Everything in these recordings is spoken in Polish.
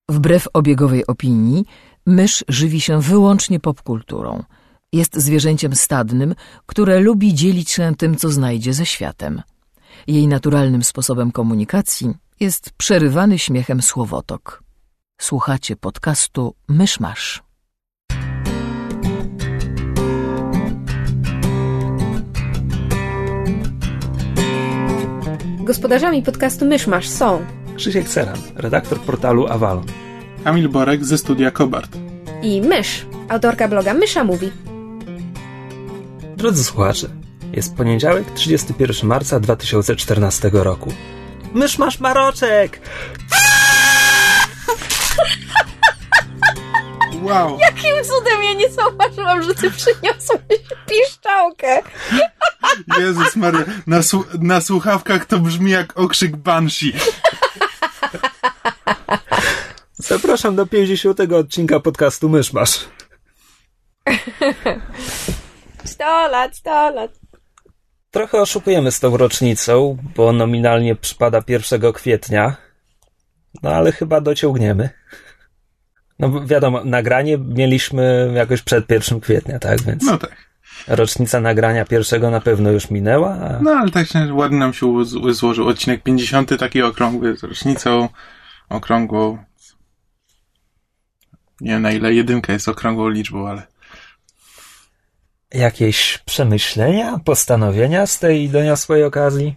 Wbrew obiegowej opinii, mysz żywi się wyłącznie popkulturą. Jest zwierzęciem stadnym, które lubi dzielić się tym, co znajdzie ze światem. Jej naturalnym sposobem komunikacji jest przerywany śmiechem słowotok. Słuchacie podcastu Myszmasz. Gospodarzami podcastu Myszmasz są Krzysiek Ceran, redaktor portalu Avalon, Kamil Borek ze studia Kobart i Mysz, autorka bloga Mysza Mówi. Drodzy słuchacze, jest poniedziałek, 31 marca 2014 roku. Myszmasz Maroczek! Wow! Jakim cudem ja nie zauważyłam, że ty przyniosłeś piszczałkę. Jezus Maria, na słuchawkach to brzmi jak okrzyk Banshee. Zapraszam do 50. odcinka podcastu Myszmasz. 100 lat, 100 lat. Trochę oszukujemy z tą rocznicą, bo nominalnie przypada 1 kwietnia. No ale chyba dociągniemy. No wiadomo, nagranie mieliśmy jakoś przed 1 kwietnia, tak? Więc No tak. rocznica nagrania pierwszego na pewno już minęła. A... No ale tak się ładnie nam się złożył odcinek 50, taki okrągły, z rocznicą okrągłą. Nie wiem, na ile 1 jest okrągłą liczbą, ale... Jakieś przemyślenia, postanowienia z tej doniosłej okazji?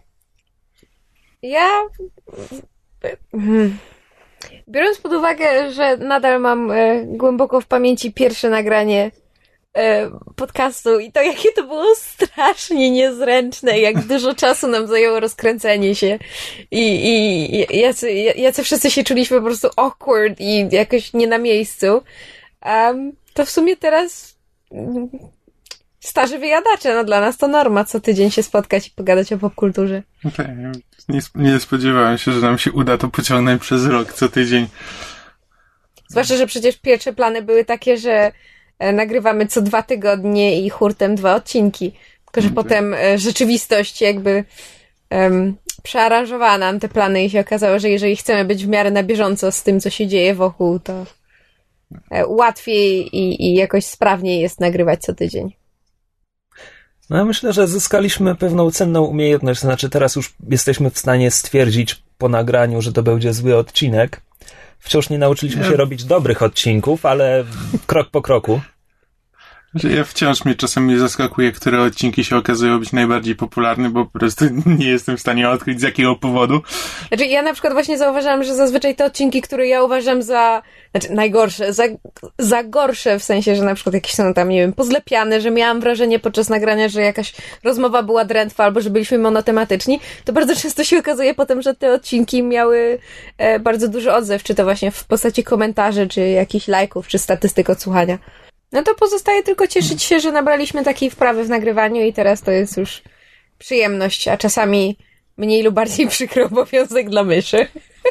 Biorąc pod uwagę, że nadal mam głęboko w pamięci pierwsze nagranie podcastu i to, jakie to było strasznie niezręczne, jak dużo czasu nam zajęło rozkręcenie się i jacy wszyscy się czuliśmy po prostu awkward i jakoś nie na miejscu, to w sumie teraz starzy wyjadacze, no dla nas to norma, co tydzień się spotkać i pogadać o popkulturze. Okay. Nie spodziewałem się, że nam się uda to pociągnąć przez rok, co tydzień. Zwłaszcza, że przecież pierwsze plany były takie, że nagrywamy co 2 tygodnie i hurtem 2 odcinki. Tylko, że potem rzeczywistość jakby przearanżowała nam te plany i się okazało, że jeżeli chcemy być w miarę na bieżąco z tym, co się dzieje wokół, to łatwiej i jakoś sprawniej jest nagrywać co tydzień. No ja myślę, że zyskaliśmy pewną cenną umiejętność, to znaczy teraz już jesteśmy w stanie stwierdzić po nagraniu, że to będzie zły odcinek. Wciąż nie nauczyliśmy się robić dobrych odcinków, ale krok po kroku. Ja wciąż mnie czasami zaskakuje, które odcinki się okazują być najbardziej popularne, bo po prostu nie jestem w stanie odkryć z jakiego powodu. Znaczy ja na przykład właśnie zauważyłam, że zazwyczaj te odcinki, które ja uważam za najgorsze, za gorsze, w sensie, że na przykład jakieś są tam, nie wiem, pozlepiane, że miałam wrażenie podczas nagrania, że jakaś rozmowa była drętwa albo że byliśmy monotematyczni, to bardzo często się okazuje potem, że te odcinki miały bardzo duży odzew, czy to właśnie w postaci komentarzy, czy jakichś lajków, czy statystyk odsłuchania. No to pozostaje tylko cieszyć się, że nabraliśmy takiej wprawy w nagrywaniu i teraz to jest już przyjemność, a czasami mniej lub bardziej przykry obowiązek dla myszy.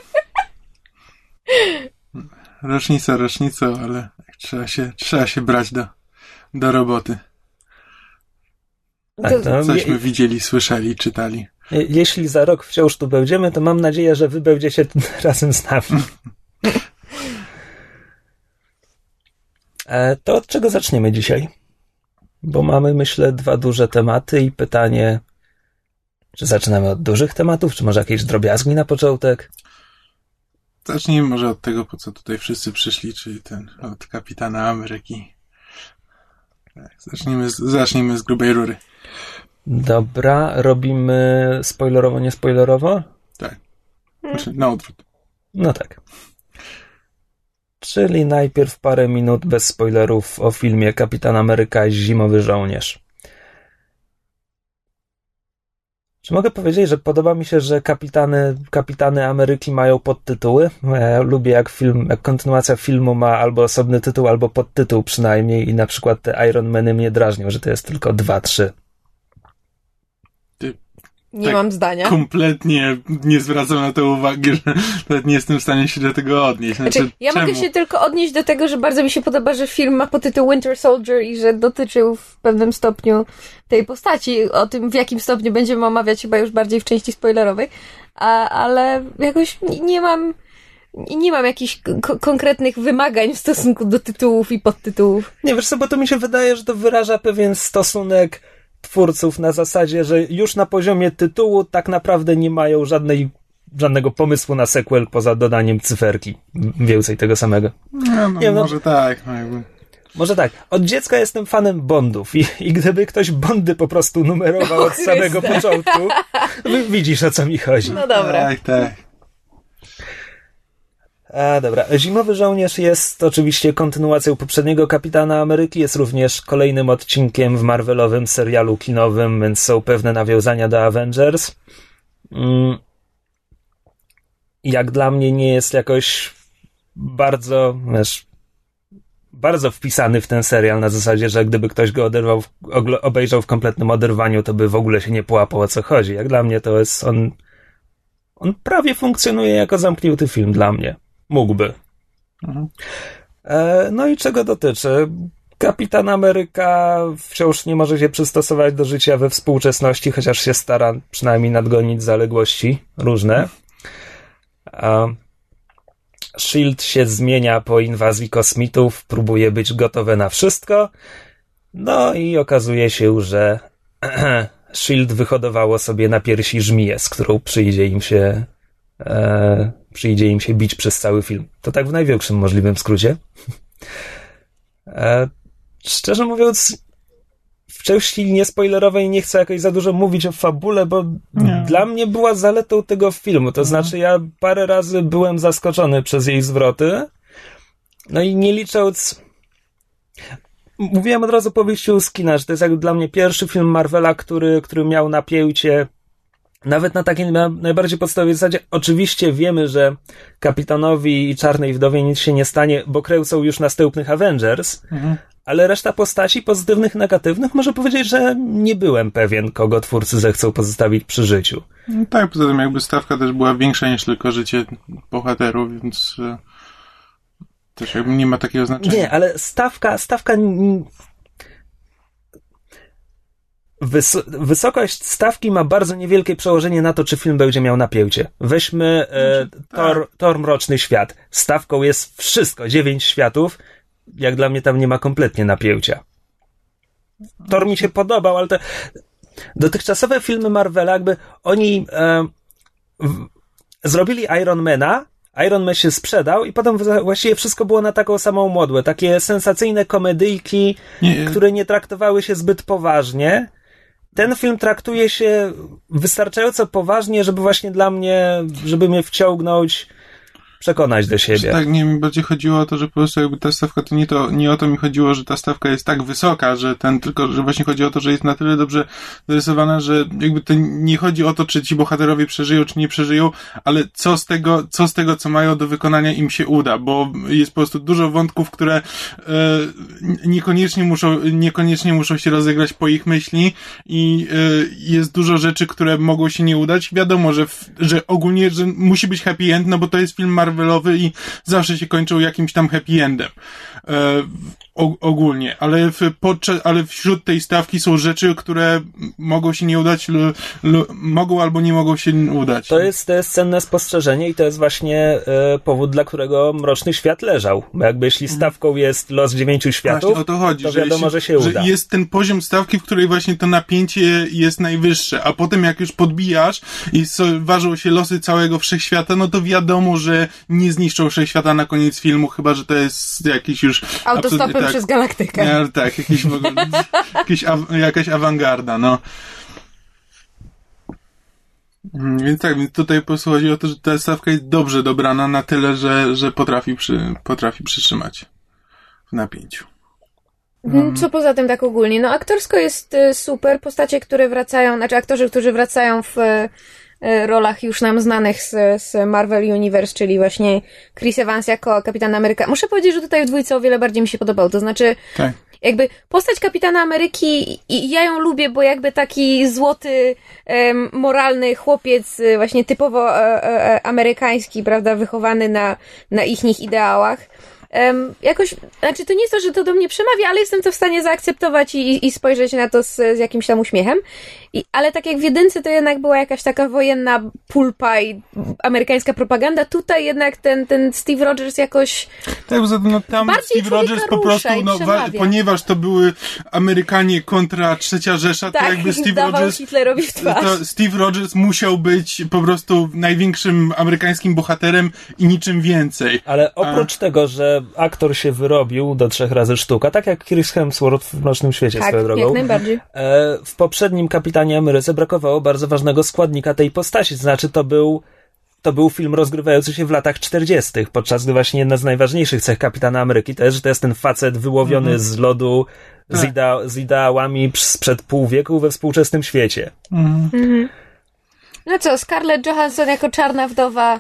Rocznicą, ale trzeba się brać do roboty. Cośmy widzieli, słyszeli, czytali. Jeśli za rok wciąż tu będziemy, to mam nadzieję, że wy będziecie razem z nami. To od czego zaczniemy dzisiaj? Bo mamy, myślę, 2 duże tematy i pytanie, czy zaczynamy od dużych tematów, czy może jakieś drobiazgi na początek? Zacznijmy może od tego, po co tutaj wszyscy przyszli, czyli od Kapitana Ameryki. Tak, zacznijmy z grubej rury. Dobra, robimy spoilerowo, nie spoilerowo? Tak. Znaczy, na odwrót. No tak. Czyli najpierw parę minut bez spoilerów o filmie Kapitan Ameryka i Zimowy Żołnierz. Czy mogę powiedzieć, że podoba mi się, że Kapitany Ameryki mają podtytuły? Ja lubię, jak kontynuacja filmu ma albo osobny tytuł, albo podtytuł przynajmniej i na przykład te Iron Many mnie drażnią, że to jest tylko 2-3. Nie mam zdania. Kompletnie nie zwracam na to uwagi, że nawet nie jestem w stanie się do tego odnieść. Ja mogę się tylko odnieść do tego, że bardzo mi się podoba, że film ma podtytuł Winter Soldier i że dotyczył w pewnym stopniu tej postaci. O tym, w jakim stopniu będziemy omawiać chyba już bardziej w części spoilerowej. Ale jakoś nie mam nie mam jakichś konkretnych wymagań w stosunku do tytułów i podtytułów. Nie, wiesz co, bo to mi się wydaje, że to wyraża pewien stosunek twórców na zasadzie, że już na poziomie tytułu tak naprawdę nie mają żadnego pomysłu na sequel poza dodaniem cyferki więcej tego samego. Może tak. Może tak. Od dziecka jestem fanem Bondów i gdyby ktoś Bondy po prostu numerował od samego początku, widzisz, o co mi chodzi. No dobra. Tak. Dobra. Zimowy Żołnierz jest oczywiście kontynuacją poprzedniego Kapitana Ameryki, jest również kolejnym odcinkiem w Marvelowym serialu kinowym, więc są pewne nawiązania do Avengers. Jak dla mnie nie jest jakoś bardzo wpisany w ten serial, na zasadzie, że gdyby ktoś go obejrzał w kompletnym oderwaniu, to by w ogóle się nie połapał, o co chodzi. Jak dla mnie to jest on prawie funkcjonuje jako zamknięty film dla mnie. Mógłby. No i czego dotyczy? Kapitan Ameryka wciąż nie może się przystosować do życia we współczesności, chociaż się stara przynajmniej nadgonić zaległości różne. SHIELD się zmienia po inwazji kosmitów, próbuje być gotowe na wszystko. No i okazuje się, że SHIELD wyhodowało sobie na piersi żmiję, z którą przyjdzie im się bić przez cały film. To tak w największym możliwym skrócie. Szczerze mówiąc, w części niespoilerowej nie chcę jakoś za dużo mówić o fabule, bo dla mnie była zaletą tego filmu. To znaczy, ja parę razy byłem zaskoczony przez jej zwroty. No i nie licząc... Mówiłem od razu po wyjściu z kina, że to jest jak dla mnie pierwszy film Marvela, który miał napięcie nawet na takiej najbardziej podstawowej zasadzie. Oczywiście wiemy, że Kapitanowi i Czarnej Wdowie nic się nie stanie, bo kręcą już następnych Avengers, ale reszta postaci, pozytywnych, negatywnych, może powiedzieć, że nie byłem pewien, kogo twórcy zechcą pozostawić przy życiu. No tak, poza tym jakby stawka też była większa niż tylko życie bohaterów, więc też jakby nie ma takiego znaczenia. Nie, ale stawka wysokość stawki ma bardzo niewielkie przełożenie na to, czy film będzie miał napięcie. Weźmy Thor Mroczny Świat. Stawką jest wszystko, 9 światów. Jak dla mnie tam nie ma kompletnie napięcia. Thor mi się podobał, ale te dotychczasowe filmy Marvela, jakby oni zrobili Ironmana, Iron Man się sprzedał i potem właściwie wszystko było na taką samą modłę. Takie sensacyjne komedyjki, które nie traktowały się zbyt poważnie. Ten film traktuje się wystarczająco poważnie, żeby właśnie dla mnie, żeby mnie wciągnąć, przekonać do siebie. Tak, nie, mi bardziej chodziło o to, że po prostu jakby ta stawka, nie o to mi chodziło, że ta stawka jest tak wysoka, tylko, że właśnie chodzi o to, że jest na tyle dobrze zarysowana, że jakby to nie chodzi o to, czy ci bohaterowie przeżyją, czy nie przeżyją, ale co z tego, co mają do wykonania, im się uda, bo jest po prostu dużo wątków, które niekoniecznie muszą się rozegrać po ich myśli i jest dużo rzeczy, które mogą się nie udać. Wiadomo, że ogólnie, że musi być happy end, no bo to jest film Marvelowy i zawsze się kończą jakimś tam happy endem. Ogólnie, ale wśród tej stawki są rzeczy, które mogą się nie udać, mogą albo nie mogą się udać. To jest cenne spostrzeżenie i to jest właśnie powód, dla którego Mroczny Świat leżał. Bo jakby jeśli stawką jest los 9 światów, właśnie o to chodzi, to wiadomo, że się uda. Że jest ten poziom stawki, w której właśnie to napięcie jest najwyższe, a potem jak już podbijasz i ważą się losy całego wszechświata, no to wiadomo, że nie zniszczą wszechświata na koniec filmu, chyba że to jest jakiś już autostopem przez galaktykę. Nie, tak, jakaś awangarda, no. Więc tutaj po prostu chodzi o to, że ta stawka jest dobrze dobrana na tyle, że potrafi przytrzymać w napięciu. Co poza tym tak ogólnie? No aktorsko jest super, postacie, które wracają, znaczy aktorzy, którzy wracają w rolach już nam znanych z Marvel Universe, czyli właśnie Chris Evans jako Kapitan Ameryka. Muszę powiedzieć, że tutaj w dwójce o wiele bardziej mi się podobał, to znaczy tak. Jakby postać Kapitana Ameryki i ja ją lubię, bo jakby taki złoty, moralny chłopiec, właśnie typowo amerykański, prawda, wychowany na ich ideałach. jakoś, znaczy to nie jest to, że to do mnie przemawia, ale jestem to w stanie zaakceptować i spojrzeć na to z jakimś tam uśmiechem. Ale tak jak w jedynce to jednak była jakaś taka wojenna pulpa i amerykańska propaganda, tutaj jednak ten Steve Rogers jakoś tak, no, tam Steve Rogers po prostu, ponieważ to były Amerykanie kontra Trzecia Rzesza, tak, to jakby Hitlerowi w twarz. Steve Rogers musiał być po prostu największym amerykańskim bohaterem i niczym więcej. Ale oprócz tego, że aktor się wyrobił do 3 razy sztuka, tak jak Chris Hemsworth w Mrocznym Świecie, tak, swoją drogą. Jak najbardziej. W poprzednim Kapitanie Ameryce brakowało bardzo ważnego składnika tej postaci, to znaczy to był film rozgrywający się w latach 40., podczas gdy właśnie jedna z najważniejszych cech Kapitana Ameryki to jest, że to jest ten facet wyłowiony z lodu z ideałami sprzed pół wieku we współczesnym świecie. No co, Scarlett Johansson jako czarna wdowa.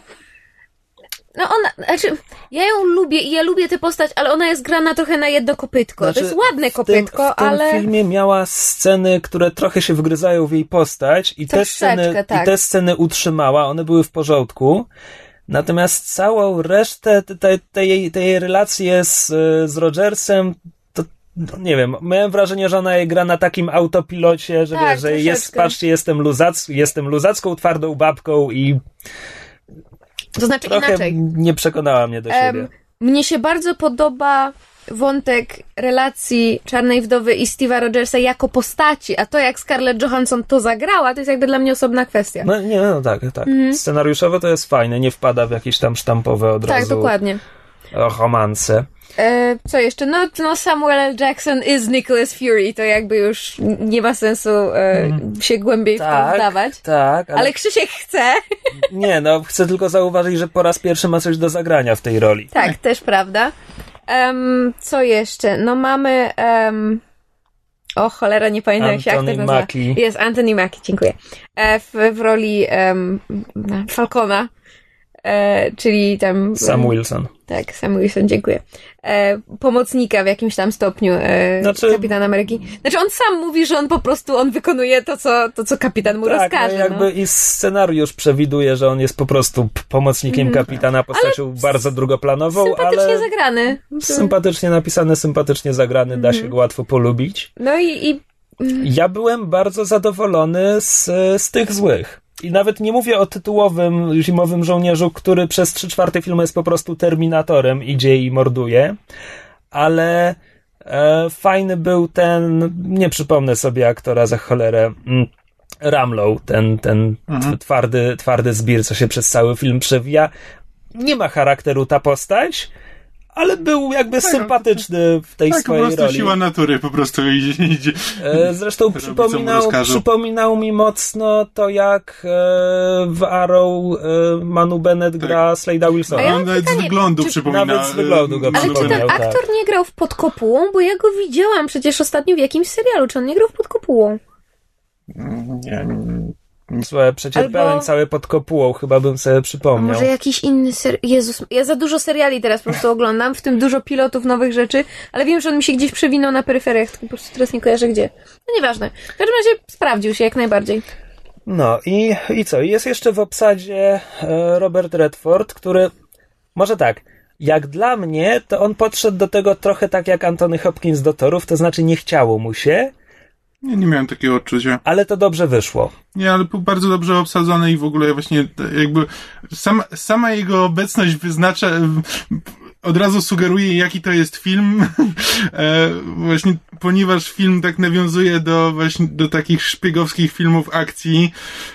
No ona, znaczy, ja ją lubię i ja lubię tę postać, ale ona jest grana trochę na jedno kopytko. Znaczy, to jest ładne kopytko, ale... W tym filmie miała sceny, które trochę się wgryzają w jej postać i te sceny utrzymała, one były w porządku. Natomiast całą resztę tej relacji z Rogersem, to nie wiem, miałem wrażenie, że ona je gra na takim autopilocie, że tak, wiesz, że jest, patrzcie, jestem luzacką, twardą babką i to znaczy trochę inaczej. Nie przekonała mnie do siebie. Mnie się bardzo podoba wątek relacji Czarnej Wdowy i Steve'a Rogersa jako postaci, a to jak Scarlett Johansson to zagrała, to jest jakby dla mnie osobna kwestia. No tak. Scenariuszowo to jest fajne, nie wpada w jakieś tam sztampowe od razu. Tak, dokładnie. Romanse. Co jeszcze? No Samuel L. Jackson is Nicholas Fury, to jakby już nie ma sensu się głębiej w to wdawać. Tak, ale Krzysiek chce. Nie, chcę tylko zauważyć, że po raz pierwszy ma coś do zagrania w tej roli. Tak, też prawda. Co jeszcze? No mamy o cholera, nie pamiętam jak się aktor nazywa. Jest Anthony Mackie, dziękuję. W roli Falcona. Czyli tam... Sam Wilson. Tak, Sam Wilson, dziękuję. Pomocnika w jakimś tam stopniu Kapitana Ameryki. Znaczy on sam mówi, że on po prostu wykonuje to, co kapitan mu rozkaże. I scenariusz przewiduje, że on jest po prostu pomocnikiem kapitana, postacią bardzo drugoplanową, sympatycznie zagrany. Sympatycznie napisany, sympatycznie zagrany, da się go łatwo polubić. No i... Ja byłem bardzo zadowolony z tych złych. I nawet nie mówię o tytułowym Zimowym Żołnierzu, który przez 3/4 filmu jest po prostu Terminatorem, idzie i morduje, ale fajny był ten, nie przypomnę sobie aktora za cholerę, Ramlow, ten twardy zbir, co się przez cały film przewija. Nie ma charakteru ta postać, ale był jakby sympatyczny w tej swojej roli. Po prostu siła natury po prostu idzie. Zresztą przypominał mi mocno to, jak w Arrow Manu Bennett gra Slade'a Wilsona. On nawet z wyglądu przypomina. Nawet z wyglądu go ale czy ten aktor nie grał w Pod kopułą? Bo ja go widziałam przecież ostatnio w jakimś serialu. Czy on nie grał w Pod kopułą? Nie. Słuchaj, przecierpiałem całe Pod kopułą, chyba bym sobie przypomniał. A może jakiś inny Jezus, ja za dużo seriali teraz po prostu oglądam, w tym dużo pilotów, nowych rzeczy, ale wiem, że on mi się gdzieś przewinął na peryferiach, tylko po prostu teraz nie kojarzę gdzie. No nieważne. W każdym razie sprawdził się jak najbardziej. No i co? Jest jeszcze w obsadzie Robert Redford, który, może tak, jak dla mnie, to on podszedł do tego trochę tak jak Anthony Hopkins do Torów, to znaczy nie chciało mu się. Nie miałem takiego odczucia. Ale to dobrze wyszło. Nie, ale był bardzo dobrze obsadzony i w ogóle właśnie jakby sama jego obecność wyznacza, od razu sugeruje, jaki to jest film. Właśnie, ponieważ film tak nawiązuje do takich szpiegowskich filmów akcji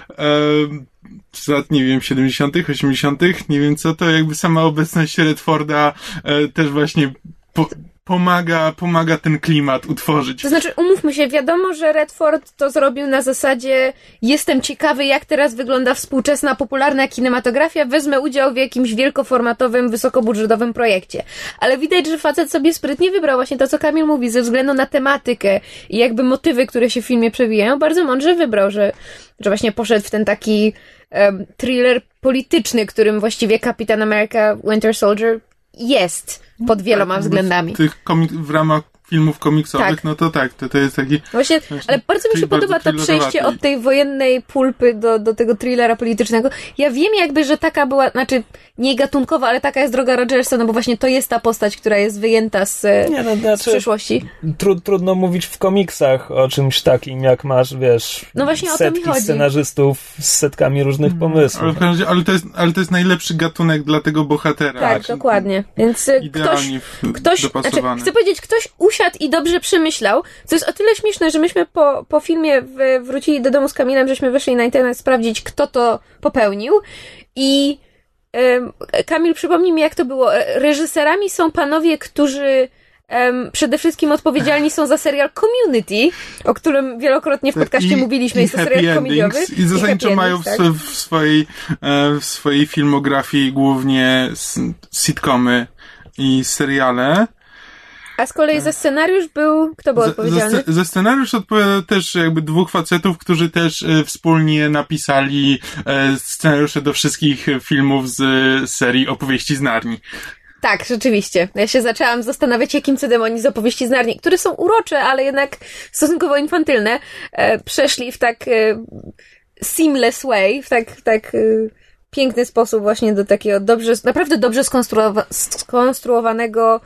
z lat, nie wiem, 70., 80., nie wiem co to, jakby sama obecność Redforda też właśnie pomaga ten klimat utworzyć. To znaczy, umówmy się, wiadomo, że Redford to zrobił na zasadzie jestem ciekawy, jak teraz wygląda współczesna, popularna kinematografia, wezmę udział w jakimś wielkoformatowym, wysokobudżetowym projekcie. Ale widać, że facet sobie sprytnie wybrał właśnie to, co Kamil mówi, ze względu na tematykę i jakby motywy, które się w filmie przewijają, bardzo mądrze wybrał, że właśnie poszedł w ten taki thriller polityczny, którym właściwie Kapitan America Winter Soldier jest pod wieloma względami. W ramach filmów komiksowych, Tak. no to tak, to jest taki... Właśnie, ale bardzo mi się podoba to przejście od tej wojennej pulpy do tego thrillera politycznego. Ja wiem jakby, że taka była, znaczy nie gatunkowa, ale taka jest droga Rogersa, no bo właśnie to jest ta postać, która jest wyjęta z przyszłości. Trudno mówić w komiksach o czymś takim, jak masz, wiesz, no właśnie o to mi setki chodzi. Scenarzystów z setkami różnych pomysłów. Ale to jest najlepszy gatunek dla tego bohatera. Tak, dokładnie. Więc idealnie ktoś dopasowany. chcę powiedzieć, ktoś usiadł i dobrze przemyślał, co jest o tyle śmieszne, że myśmy po filmie wrócili do domu z Kamilem, żeśmy weszli na internet sprawdzić, kto to popełnił i Kamil, przypomnij mi, jak to było. Reżyserami są panowie, którzy przede wszystkim odpowiedzialni są za serial Community, o którym wielokrotnie w podcaście mówiliśmy. Jest to serial komediowy. I zasadniczo mają w swojej filmografii głównie sitcomy i seriale. A z kolei za scenariusz kto był odpowiedzialny? Za scenariusz odpowiada też jakby dwóch facetów, którzy też wspólnie napisali scenariusze do wszystkich filmów z serii Opowieści z Narni. Tak, rzeczywiście. Ja się zaczęłam zastanawiać, jakim cudem oni z Opowieści z Narni, które są urocze, ale jednak stosunkowo infantylne, przeszli w tak seamless way, w tak piękny sposób właśnie do takiego naprawdę dobrze skonstruowanego,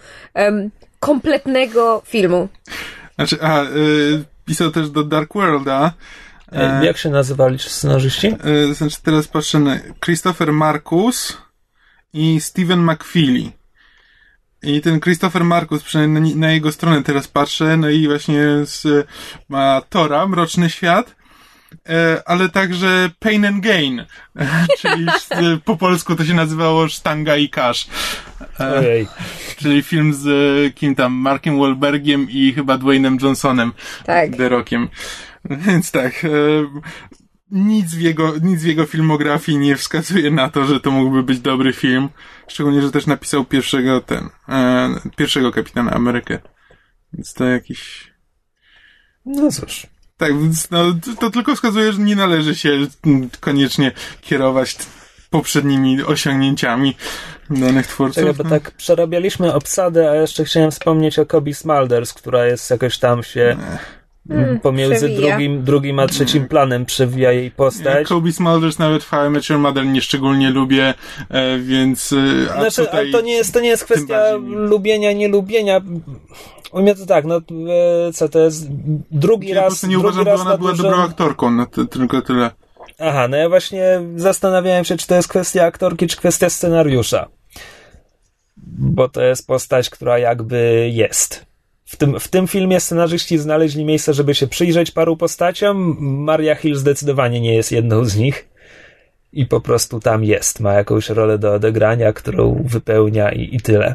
kompletnego filmu. Znaczy, pisał też do Dark Worlda. Jak się nazywali scenarzyści? Znaczy, teraz patrzę na Christopher Marcus i Stephen McFeely. I ten Christopher Marcus, przynajmniej na jego stronę teraz patrzę, no i właśnie ma Tora, Mroczny Świat, ale także Pain and Gain, czyli po polsku to się nazywało Sztanga i Cash. Ojej. Czyli film z kim tam, Markiem Wahlbergiem i chyba Dwaynem Johnsonem, tak. The Rockiem. Więc tak, nic w jego filmografii nie wskazuje na to, że to mógłby być dobry film. Szczególnie, że też napisał pierwszego Kapitana Amerykę. Więc to jakiś... No cóż. Tak, więc no, to tylko wskazuje, że nie należy się koniecznie kierować poprzednimi osiągnięciami danych twórców. Tak, bo tak przerabialiśmy obsadę, a jeszcze chciałem wspomnieć o Cobie Smulders, która jest jakoś tam się... pomiędzy drugim a trzecim planem przewija jej postać. Cobie Smulders nawet How I Met Your Mother nie szczególnie więc... Znaczy, ale to nie jest kwestia lubienia, nielubienia. U mnie to tak, no co to jest drugi raz... Ja po prostu nie uważam, że ona była dobrą aktorką, tylko tyle. Aha, no ja właśnie zastanawiałem się, czy to jest kwestia aktorki, czy kwestia scenariusza. Bo to jest postać, która jakby jest. W tym filmie scenarzyści znaleźli miejsce, żeby się przyjrzeć paru postaciom. Maria Hill zdecydowanie nie jest jedną z nich. I po prostu tam jest. Ma jakąś rolę do odegrania, którą wypełnia i tyle.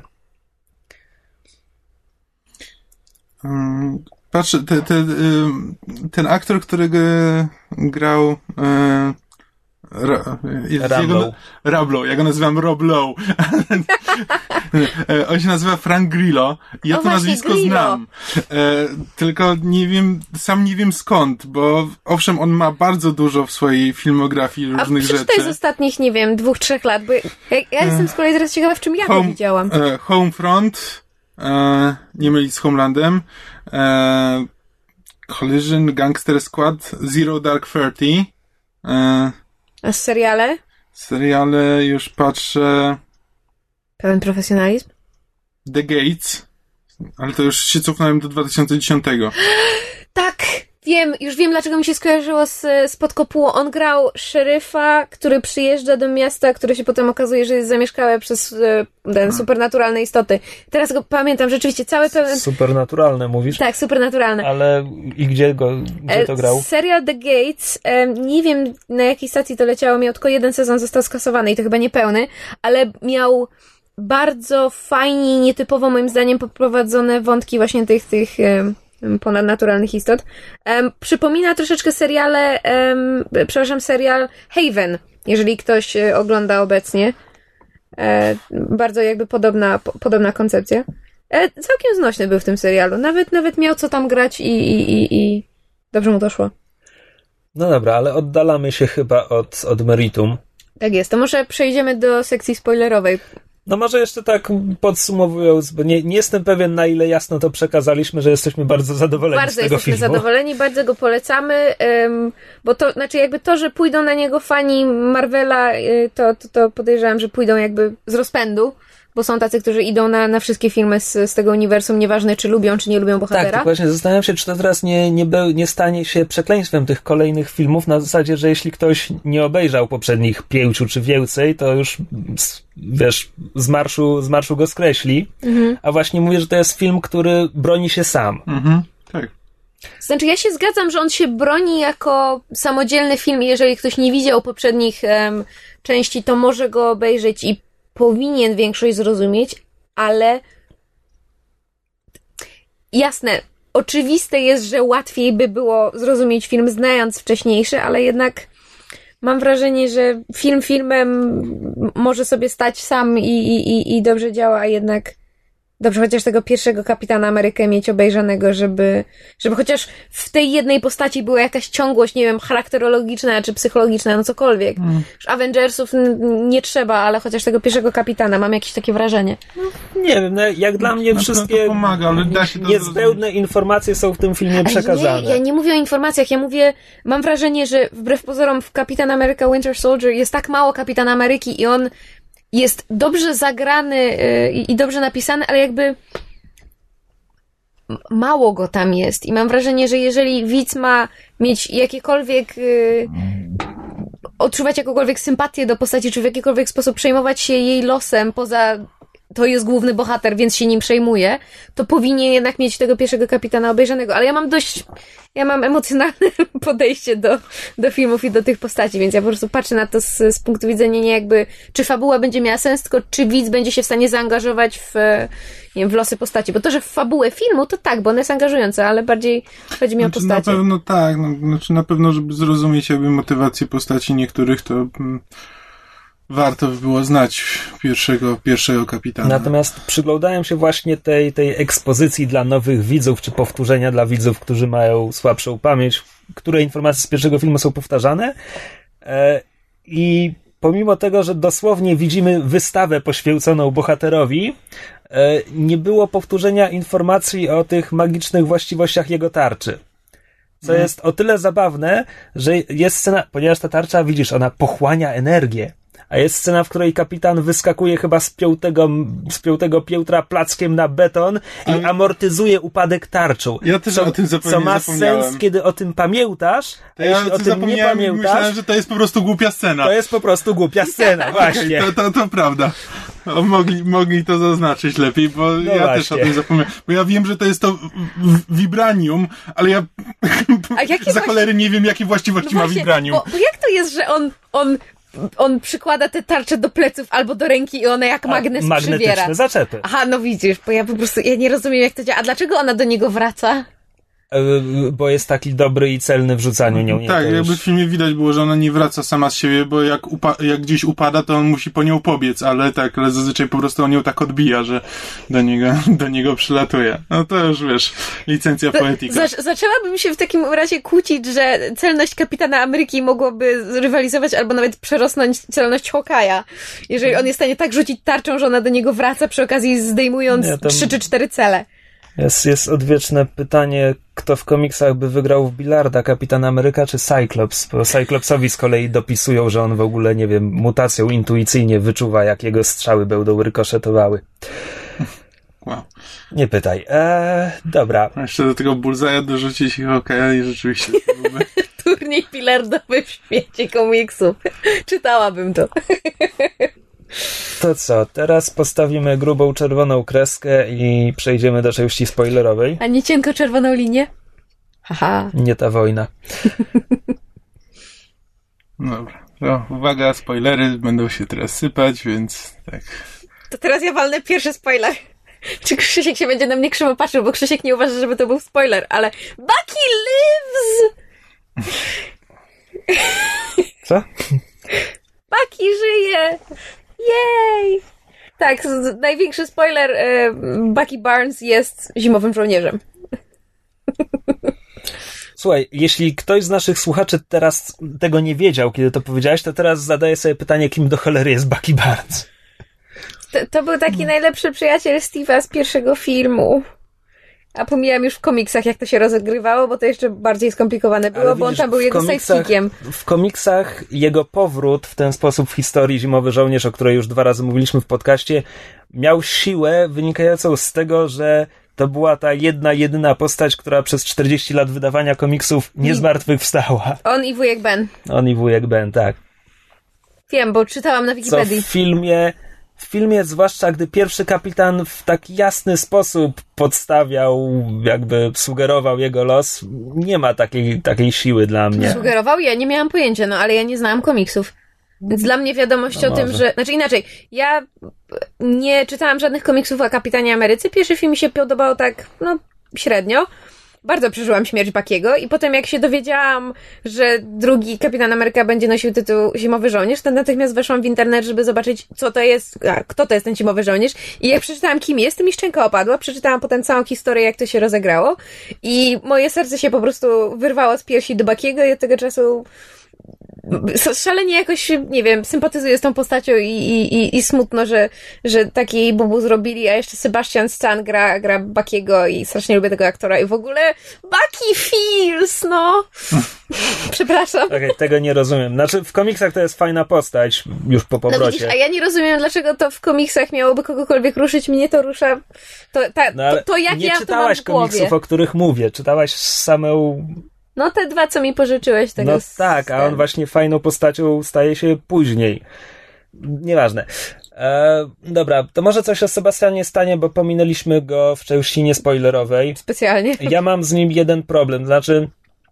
Patrz, ten aktor, który grał... Rablow. Ja go nazywam Rob Lowe. On się nazywa Frank Grillo. Ja to nazwisko Grillo znam. Tylko nie wiem skąd, bo owszem, on ma bardzo dużo w swojej filmografii różnych rzeczy. A przeczytaj z ostatnich, 2-3 lat, bo ja jestem z kolei teraz ciekawa, w czym ja go widziałam. Homefront, nie mylić z Homelandem, Collision, Gangster Squad, Zero Dark Thirty. A seriale? Seriale już patrzę. Pełen profesjonalizm? The Gates, ale to już się cofnąłem do 2010. Tak! Już wiem, dlaczego mi się skojarzyło z Pod kopułą. On grał szeryfa, który przyjeżdża do miasta, które się potem okazuje, że jest zamieszkałe przez supernaturalne istoty. Teraz go pamiętam, rzeczywiście cały pełen... Supernaturalne mówisz? Tak, supernaturalne. Ale i gdzie to grał? Serial The Gates, nie wiem na jakiej stacji to leciało, miał tylko 1 sezon, został skasowany i to chyba niepełny, ale miał bardzo fajnie, nietypowo moim zdaniem poprowadzone wątki właśnie tych ponadnaturalnych istot. Przypomina troszeczkę serial Haven, jeżeli ktoś ogląda obecnie. Bardzo jakby podobna koncepcja. Całkiem znośny był w tym serialu. Nawet miał co tam grać i dobrze mu to szło. No dobra, ale oddalamy się chyba od meritum. Tak jest. To może przejdziemy do sekcji spoilerowej. No może jeszcze tak podsumowując, bo nie jestem pewien, na ile jasno to przekazaliśmy, że jesteśmy bardzo zadowoleni z tego filmu. Bardzo jesteśmy zadowoleni, bardzo go polecamy, bo to, znaczy jakby to, że pójdą na niego fani Marvela, to podejrzewam, że pójdą jakby z rozpędu, bo są tacy, którzy idą na wszystkie filmy z tego uniwersum, nieważne czy lubią, czy nie lubią bohatera. Tak, właśnie zastanawiam się, czy to teraz nie stanie się przekleństwem tych kolejnych filmów, na zasadzie, że jeśli ktoś nie obejrzał poprzednich 5 czy więcej, to już wiesz, z marszu go skreśli, a właśnie mówię, że to jest film, który broni się sam. Tak. Znaczy ja się zgadzam, że on się broni jako samodzielny film i jeżeli ktoś nie widział poprzednich części, to może go obejrzeć i powinien większość zrozumieć, ale jasne, oczywiste jest, że łatwiej by było zrozumieć film znając wcześniejszy, ale jednak mam wrażenie, że film filmem może sobie stać sam i dobrze działa, a jednak dobrze chociaż tego pierwszego Kapitana Amerykę mieć obejrzanego, żeby chociaż w tej jednej postaci była jakaś ciągłość, nie wiem, charakterologiczna czy psychologiczna, no cokolwiek. Avengersów nie trzeba, ale chociaż tego pierwszego Kapitana, mam jakieś takie wrażenie. Nie wiem, jak dla mnie wszystkie to pomaga, ale da się to niezbędne informacje są w tym filmie przekazane. Nie, ja nie mówię o informacjach, mam wrażenie, że wbrew pozorom w Kapitan Ameryka Winter Soldier jest tak mało Kapitana Ameryki i on jest dobrze zagrany i dobrze napisany, ale jakby mało go tam jest. I mam wrażenie, że jeżeli widz ma mieć jakiekolwiek odczuwać jakąkolwiek sympatię do postaci, czy w jakikolwiek sposób przejmować się jej losem, poza to jest główny bohater, więc się nim przejmuje, to powinien jednak mieć tego pierwszego Kapitana obejrzanego. Ale ja mam emocjonalne podejście do filmów i do tych postaci, więc ja po prostu patrzę na to z punktu widzenia nie jakby, czy fabuła będzie miała sens, tylko czy widz będzie się w stanie zaangażować w losy postaci. Bo to, że w fabułę filmu, to tak, bo ona jest angażująca, ale bardziej chodzi mi o postacie. Na pewno tak, na pewno, żeby zrozumieć jakby motywację postaci niektórych, to warto by było znać pierwszego Kapitana. Natomiast przyglądałem się właśnie tej ekspozycji dla nowych widzów, czy powtórzenia dla widzów, którzy mają słabszą pamięć, które informacje z pierwszego filmu są powtarzane. I pomimo tego, że dosłownie widzimy wystawę poświęconą bohaterowi, nie było powtórzenia informacji o tych magicznych właściwościach jego tarczy. Co jest o tyle zabawne, że jest scena, ponieważ ta tarcza, widzisz, ona pochłania energię. A jest scena, w której kapitan wyskakuje chyba z piątego piętra plackiem na beton i amortyzuje upadek tarczą. Ja też o tym co ma sens, kiedy o tym pamiętasz, a jeśli o tym nie pamiętasz... Myślałem, że to jest po prostu głupia scena. To jest po prostu głupia scena, właśnie. To prawda. Mogli to zaznaczyć lepiej, bo no ja właśnie. Też o tym zapomniałem. Bo ja wiem, że to jest to vibranium, ale ja za cholery nie wiem, jakie właściwości ma vibranium. Bo jak to jest, że on przykłada te tarcze do pleców albo do ręki i ona jak magnes przybiera. Magnetyczne zaczepy. Aha, no widzisz, bo ja po prostu nie rozumiem, jak to działa. A dlaczego ona do niego wraca? Bo jest taki dobry i celny w rzucaniu nią. Tak, jakby w filmie widać było, że ona nie wraca sama z siebie, bo jak gdzieś upada, to on musi po nią pobiec, ale zazwyczaj po prostu on ją tak odbija, że do niego przylatuje. No to już wiesz, licencja poetyka. Zaczęłabym się w takim razie kłócić, że celność Kapitana Ameryki mogłaby rywalizować albo nawet przerosnąć celność Hawkeye'a. Jeżeli on jest w stanie tak rzucić tarczą, że ona do niego wraca, przy okazji zdejmując 3 czy 4 cele. Jest odwieczne pytanie, kto w komiksach by wygrał w bilarda, Kapitan Ameryka czy Cyclops? Bo Cyclopsowi z kolei dopisują, że on w ogóle, nie wiem, mutacją intuicyjnie wyczuwa, jak jego strzały będą rykoszetowały. Wow. Nie pytaj. Dobra. A jeszcze do tego Bullseye'a dorzucić Hawkeye'a i rzeczywiście to byłby... Turniej bilardowy w świecie komiksów. Czytałabym to. To co, teraz postawimy grubą czerwoną kreskę i przejdziemy do części spoilerowej. A nie cienko czerwoną linię? Haha. Nie ta wojna. Dobra. No, uwaga, spoilery będą się teraz sypać, więc tak. To teraz ja walnę pierwszy spoiler. Czy Krzysiek się będzie na mnie krzywo patrzył, bo Krzysiek nie uważa, żeby to był spoiler, ale Bucky lives! Co? Bucky żyje! Jej! Tak, największy spoiler, Bucky Barnes jest zimowym żołnierzem. Słuchaj, jeśli ktoś z naszych słuchaczy teraz tego nie wiedział, kiedy to powiedziałeś, to teraz zadaję sobie pytanie, kim do cholery jest Bucky Barnes. To był taki najlepszy przyjaciel Steve'a z pierwszego filmu. A pomijam już w komiksach, jak to się rozgrywało, bo to jeszcze bardziej skomplikowane było, widzisz, bo on tam był jego sidekickiem. W komiksach jego powrót w ten sposób w historii Zimowy Żołnierz, o której już 2 razy mówiliśmy w podcaście, miał siłę wynikającą z tego, że to była ta jedyna postać, która przez 40 lat wydawania komiksów nie zmartwychwstała. On i wujek Ben. Tak. Wiem, bo czytałam na Wikipedii. Co w filmie, zwłaszcza gdy pierwszy kapitan w taki jasny sposób podstawiał, jakby sugerował jego los, nie ma takiej siły dla mnie. Sugerował? Ja nie miałam pojęcia, ale ja nie znałam komiksów. Więc dla mnie wiadomość o tym, że... Znaczy inaczej, ja nie czytałam żadnych komiksów o Kapitanie Ameryce. Pierwszy film mi się podobał tak, średnio. Bardzo przeżyłam śmierć Buckiego i potem jak się dowiedziałam, że drugi Kapitan Ameryka będzie nosił tytuł Zimowy Żołnierz, to natychmiast weszłam w internet, żeby zobaczyć, co to jest, kto to jest ten Zimowy Żołnierz. I jak przeczytałam, kim jest, to mi szczęka opadła. Przeczytałam potem całą historię, jak to się rozegrało i moje serce się po prostu wyrwało z piersi do Buckiego i od tego czasu szalenie jakoś, nie wiem, sympatyzuję z tą postacią i smutno, że taki bubu zrobili, a jeszcze Sebastian Stan gra Buckiego i strasznie lubię tego aktora i w ogóle Bucky Feels, Przepraszam. Okej, tego nie rozumiem. Znaczy w komiksach to jest fajna postać, już po powrocie. Widzisz, a ja nie rozumiem, dlaczego to w komiksach miałoby kogokolwiek ruszyć, mnie to rusza. To jak nie ja to mam w czytałaś komiksów, o których mówię, czytałaś samą... te 2, co mi pożyczyłeś tego. Tak, a on właśnie fajną postacią staje się później. Nieważne. Dobra, to może coś o Sebastianie Stanie, bo pominęliśmy go w części niespoilerowej. Specjalnie. Ja mam z nim jeden problem, znaczy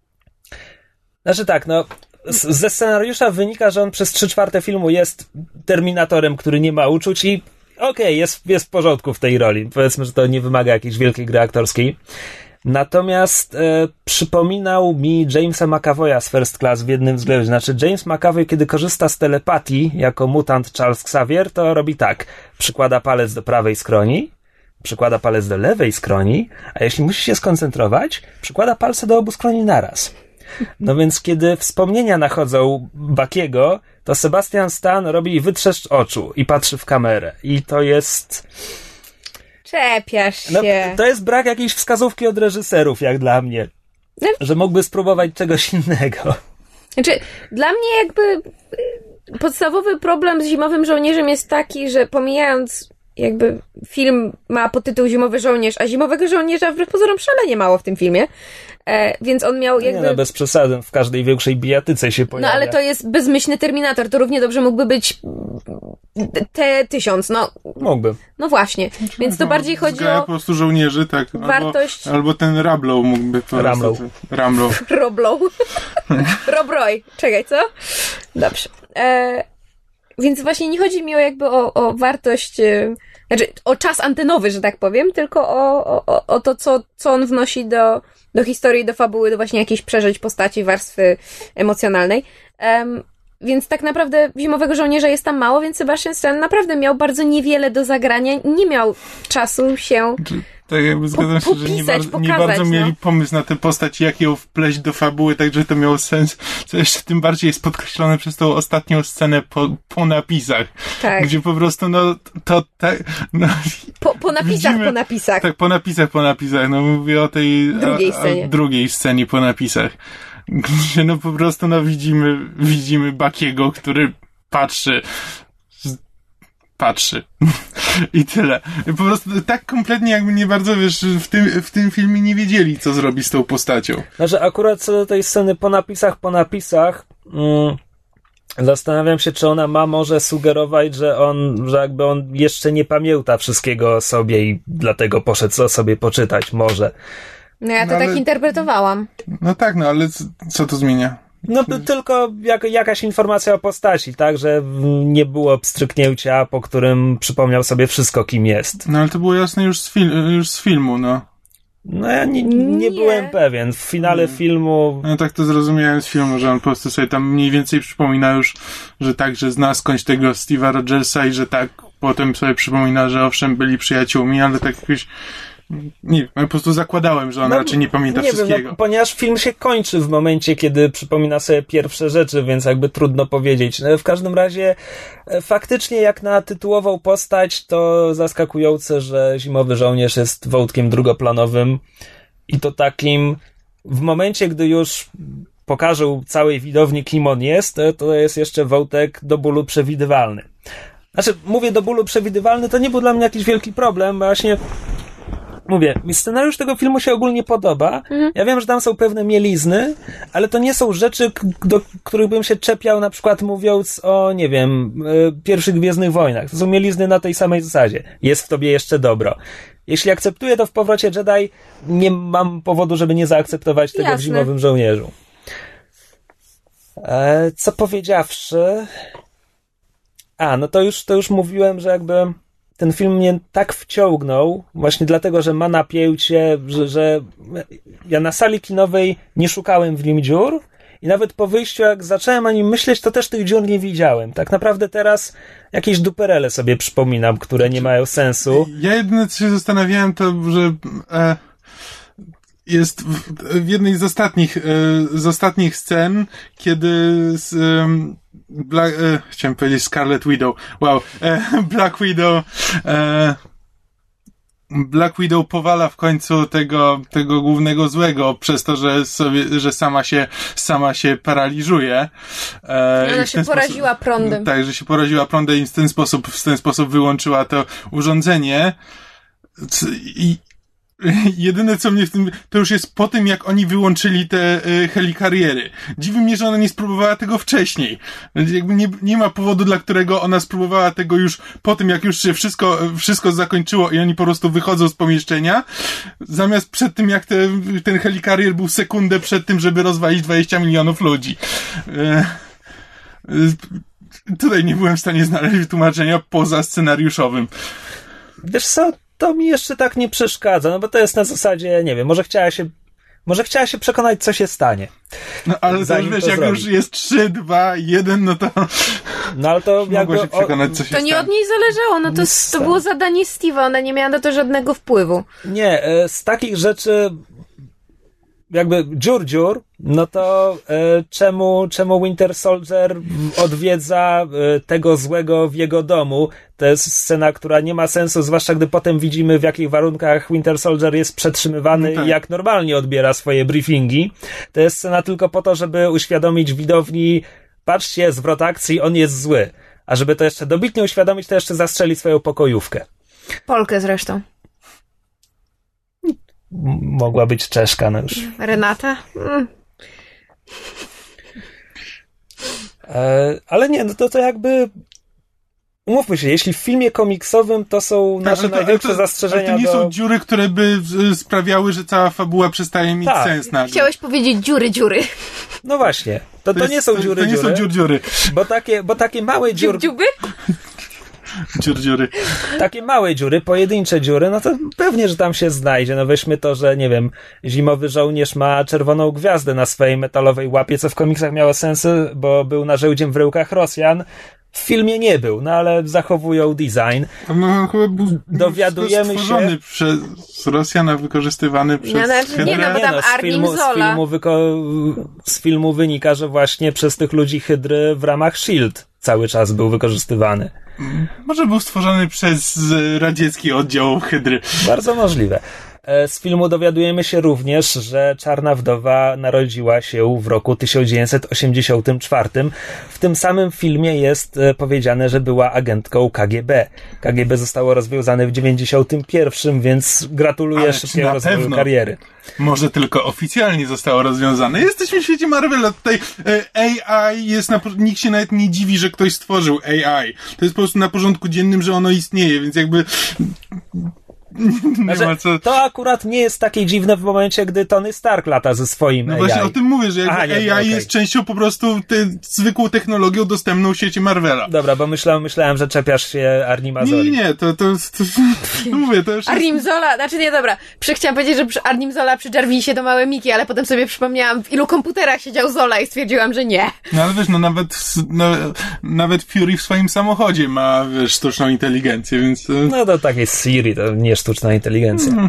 tak, ze scenariusza wynika, że on przez 3/4 filmu jest Terminatorem, który nie ma uczuć i jest w porządku w tej roli. Powiedzmy, że to nie wymaga jakiejś wielkiej gry aktorskiej. Natomiast przypominał mi Jamesa McAvoya z First Class w jednym względzie. Znaczy James McAvoy, kiedy korzysta z telepatii jako mutant Charles Xavier, to robi tak. Przykłada palec do prawej skroni, przykłada palec do lewej skroni, a jeśli musi się skoncentrować, przykłada palce do obu skroni naraz. No więc kiedy wspomnienia nachodzą Buckiego, to Sebastian Stan robi wytrzeszcz oczu i patrzy w kamerę. I to jest... Czepiasz się. To jest brak jakiejś wskazówki od reżyserów, jak dla mnie. Że mógłby spróbować czegoś innego. Znaczy, dla mnie jakby podstawowy problem z Zimowym Żołnierzem jest taki, że pomijając jakby film ma podtytuł Zimowy Żołnierz, a Zimowego Żołnierza wbrew pozorom szalenie mało w tym filmie. Więc on miał jakby... Nie, bez przesady, w każdej większej bijatyce się pojawia. Ale to jest bezmyślny Terminator, to równie dobrze mógłby być T-1000, Mógłby. No właśnie, więc to bardziej chodzi o... po prostu żołnierzy, tak. Wartość... Albo ten Rablow mógłby po Ramlow. Roblow. Robroj. Czekaj, co? Dobrze. Więc właśnie nie chodzi mi o wartość... Znaczy, o czas antenowy, że tak powiem, tylko o to, co on wnosi do historii, do fabuły, do właśnie jakichś przeżyć postaci, warstwy emocjonalnej. Więc tak naprawdę Zimowego Żołnierza jest tam mało, więc Sebastian Stan naprawdę miał bardzo niewiele do zagrania. Nie miał czasu się tak jakby zgadzam się, że nie bardzo mieli pomysł na tę postać, jak ją wpleść do fabuły, tak żeby to miało sens, co jeszcze tym bardziej jest podkreślone przez tą ostatnią scenę po napisach. Tak. Gdzie po prostu po napisach. Tak, po napisach. Mówię o tej drugiej scenie po napisach. Gdzie po prostu widzimy Buckiego, który patrzy. I tyle. Po prostu tak kompletnie jakby nie bardzo, w tym filmie nie wiedzieli, co zrobi z tą postacią. Znaczy akurat co do tej sceny po napisach, zastanawiam się, czy ona ma może sugerować, że jakby on jeszcze nie pamięta wszystkiego o sobie i dlatego poszedł sobie poczytać, może. Ja to tak interpretowałam. Tak, ale co to zmienia? Tylko jakaś informacja o postaci, tak, że nie było pstryknięcia, po którym przypomniał sobie wszystko, kim jest. Ale to było jasne już z filmu, ja nie byłem pewien. W finale filmu... tak to zrozumiałem z filmu, że on po prostu sobie tam mniej więcej przypomina już, że tak, że zna skądś tego Steve'a Rogersa i że tak potem sobie przypomina, że owszem, byli przyjaciółmi, ale tak jakoś Nie wiem, po prostu zakładałem, że on raczej nie pamięta wszystkiego. Wiem, ponieważ film się kończy w momencie, kiedy przypomina sobie pierwsze rzeczy, więc jakby trudno powiedzieć. W każdym razie faktycznie jak na tytułową postać to zaskakujące, że Zimowy Żołnierz jest wątkiem drugoplanowym i to takim w momencie, gdy już pokażą całej widowni, kim on jest, to jest jeszcze wątek do bólu przewidywalny. Znaczy, mówię do bólu przewidywalny, to nie był dla mnie jakiś wielki problem, bo właśnie mówię, mi scenariusz tego filmu się ogólnie podoba. Ja wiem, że tam są pewne mielizny, ale to nie są rzeczy, do których bym się czepiał, na przykład mówiąc o, nie wiem, pierwszych Gwiezdnych Wojnach. To są mielizny na tej samej zasadzie. Jest w tobie jeszcze dobro. Jeśli akceptuję to w Powrocie Jedi, nie mam powodu, żeby nie zaakceptować tego w Zimowym Żołnierzu. Co powiedziawszy... no to już mówiłem, że jakby ten film mnie tak wciągnął, właśnie dlatego, że ma napięcie, że ja na sali kinowej nie szukałem w nim dziur i nawet po wyjściu, jak zacząłem o nim myśleć, to też tych dziur nie widziałem. Tak naprawdę teraz jakieś duperele sobie przypominam, które nie mają sensu. Ja jedyne, co się zastanawiałem, to, że jest w jednej z ostatnich scen, kiedy chciałem powiedzieć Scarlet Widow. Wow. Black Widow powala w końcu tego głównego złego przez to, że sama się paraliżuje. Ona się poraziła prądem. Tak, że się poraziła prądem i w ten sposób wyłączyła to urządzenie. Jedyne, co mnie w tym, to już jest po tym, jak oni wyłączyli te helikariery. Dziwi mnie, że ona nie spróbowała tego wcześniej. Jakby nie ma powodu, dla którego ona spróbowała tego już po tym, jak już się wszystko zakończyło i oni po prostu wychodzą z pomieszczenia, zamiast przed tym, jak ten helikarier był sekundę przed tym, żeby rozwalić 20 milionów ludzi. Tutaj nie byłem w stanie znaleźć wytłumaczenia poza scenariuszowym. Wiesz co? To mi jeszcze tak nie przeszkadza, no bo to jest na zasadzie, nie wiem, może chciała się przekonać, co się stanie. No ale też wiesz, jak już jest 3, 2, 1, no to... No ale to mogło się przekonać, co się stanie. To nie od niej zależało, no to było zadanie Steve'a, ona nie miała na to żadnego wpływu. Nie, z takich rzeczy jakby dziur, no to czemu Winter Soldier odwiedza tego złego w jego domu? To jest scena, która nie ma sensu, zwłaszcza gdy potem widzimy, w jakich warunkach Winter Soldier jest przetrzymywany i jak normalnie odbiera swoje briefingi. To jest scena tylko po to, żeby uświadomić widowni, patrzcie, zwrot akcji, on jest zły. A żeby to jeszcze dobitnie uświadomić, to jeszcze zastrzeli swoją pokojówkę. Polkę zresztą. Mogła być Czeszka, no już. Renata? Ale nie, no to jakby umówmy się, jeśli w filmie komiksowym to są nasze największe zastrzeżenia. To nie są dziury, które by sprawiały, że cała fabuła przestaje mieć sens nagle. Chciałeś powiedzieć dziury. No właśnie. To nie są dziury. To nie są dziury. Bo takie małe dziury. Dziuby? Dziury. Takie małe dziury, pojedyncze dziury, no to pewnie, że tam się znajdzie. No weźmy to, że nie wiem, Zimowy Żołnierz ma czerwoną gwiazdę na swojej metalowej łapie, co w komiksach miało sens, bo był narzędziem w rękach Rosjan. W filmie nie był, no ale zachowują design. No chyba był stworzony się przez Rosjana, wykorzystywany przez bo tam Arnim Zola. Z filmu wynika, że właśnie przez tych ludzi Hydry w ramach S.H.I.E.L.D. cały czas był wykorzystywany. Może był stworzony przez radziecki oddział Hydry. Bardzo możliwe. Z filmu dowiadujemy się również, że Czarna Wdowa narodziła się w roku 1984. W tym samym filmie jest powiedziane, że była agentką KGB. KGB zostało rozwiązane w 1991, więc gratuluję szybkiego rozwoju kariery. Może tylko oficjalnie zostało rozwiązane. Jesteśmy w świecie Marvela. Tutaj AI jest nikt się nawet nie dziwi, że ktoś stworzył AI. To jest po prostu na porządku dziennym, że ono istnieje, więc jakby... To akurat nie jest takie dziwne w momencie, gdy Tony Stark lata ze swoim AI. No właśnie o tym mówię, że AI jest częścią po prostu zwykłą technologią dostępną w świecie Marvela. Dobra, bo myślałem, że czepiasz się Arnima Zoli. Nie, to mówię, to już Arnim Zola, chciałam powiedzieć, że przy Arnim Zola przy Jarvisie to małe Miki, ale potem sobie przypomniałam, w ilu komputerach siedział Zola i stwierdziłam, że nie. No ale wiesz, nawet Fury w swoim samochodzie ma sztuczną inteligencję, więc... No to takie Siri, to nie sztuczna inteligencja.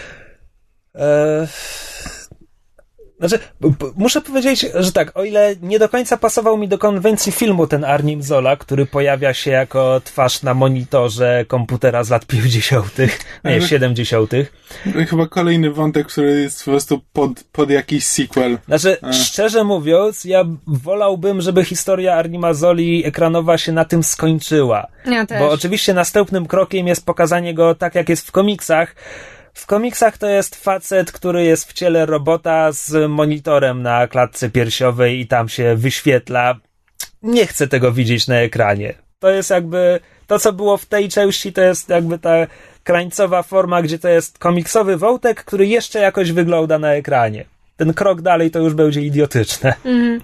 Znaczy, muszę powiedzieć, że tak, o ile nie do końca pasował mi do konwencji filmu ten Arnim Zola, który pojawia się jako twarz na monitorze komputera z lat 50., nie, 70. Chyba kolejny wątek, który jest po prostu pod jakiś sequel. Znaczy, szczerze mówiąc, ja wolałbym, żeby historia Arnima Zoli ekranowa się na tym skończyła. Ja też. Bo oczywiście następnym krokiem jest pokazanie go tak, jak jest w komiksach. W komiksach to jest facet, który jest w ciele robota z monitorem na klatce piersiowej i tam się wyświetla. Nie chcę tego widzieć na ekranie. To jest jakby... To, co było w tej części, to jest jakby ta krańcowa forma, gdzie to jest komiksowy wątek, który jeszcze jakoś wygląda na ekranie. Ten krok dalej to już będzie idiotyczne.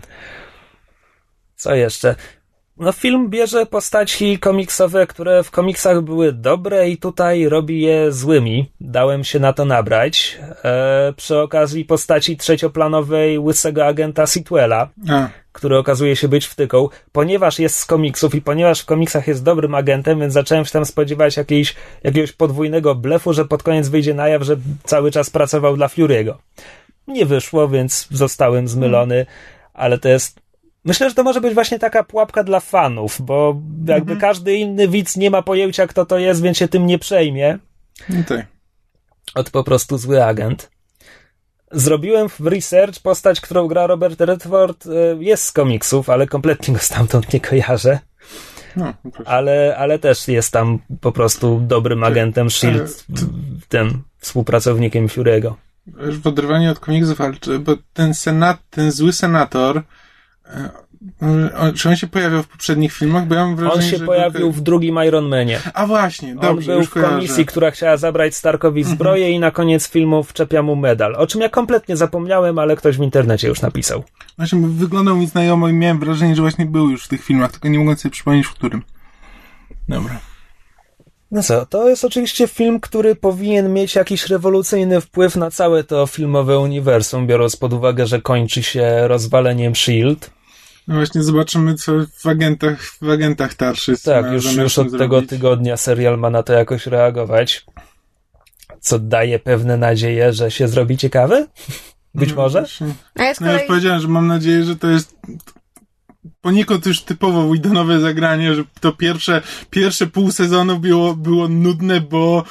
Co jeszcze? No, film bierze postaci komiksowe, które w komiksach były dobre i tutaj robi je złymi. Dałem się na to nabrać. Przy okazji postaci trzecioplanowej łysego agenta Sitwella, który okazuje się być wtyką. Ponieważ jest z komiksów i ponieważ w komiksach jest dobrym agentem, więc zacząłem się tam spodziewać jakiegoś podwójnego blefu, że pod koniec wyjdzie na jaw, że cały czas pracował dla Fury'ego. Nie wyszło, więc zostałem zmylony, ale to jest... Myślę, że to może być właśnie taka pułapka dla fanów, bo jakby każdy inny widz nie ma pojęcia, kto to jest, więc się tym nie przejmie. Okay. Od po prostu zły agent. Zrobiłem w research postać, którą gra Robert Redford, jest z komiksów, ale kompletnie go stamtąd nie kojarzę. No, ale też jest tam po prostu dobrym agentem S.H.I.E.L.D., tym współpracownikiem Fury'ego. W oderwaniu od komiksów, bo ten zły senator, czy on się pojawiał w poprzednich filmach? Bo ja mam wrażenie, on się pojawił w drugim Iron Manie. A właśnie, dobrze, on był w komisji, która chciała zabrać Starkowi zbroję i na koniec filmu wczepia mu medal. O czym ja kompletnie zapomniałem, ale ktoś w internecie już napisał. Właśnie wyglądał mi znajomo i miałem wrażenie, że właśnie był już w tych filmach, tylko nie mogłem sobie przypomnieć, w którym. Dobra. No co, to jest oczywiście film, który powinien mieć jakiś rewolucyjny wpływ na całe to filmowe uniwersum, biorąc pod uwagę, że kończy się rozwaleniem S.H.I.E.L.D. No właśnie, zobaczymy, co w agentach Tarszy. Tak, już od tego tygodnia serial ma na to jakoś reagować, co daje pewne nadzieje, że się zrobi ciekawy? Być może? Ja już powiedziałem, że mam nadzieję, że to jest poniekąd już typowo Wheddonowe zagranie, że to pierwsze pół sezonu było nudne,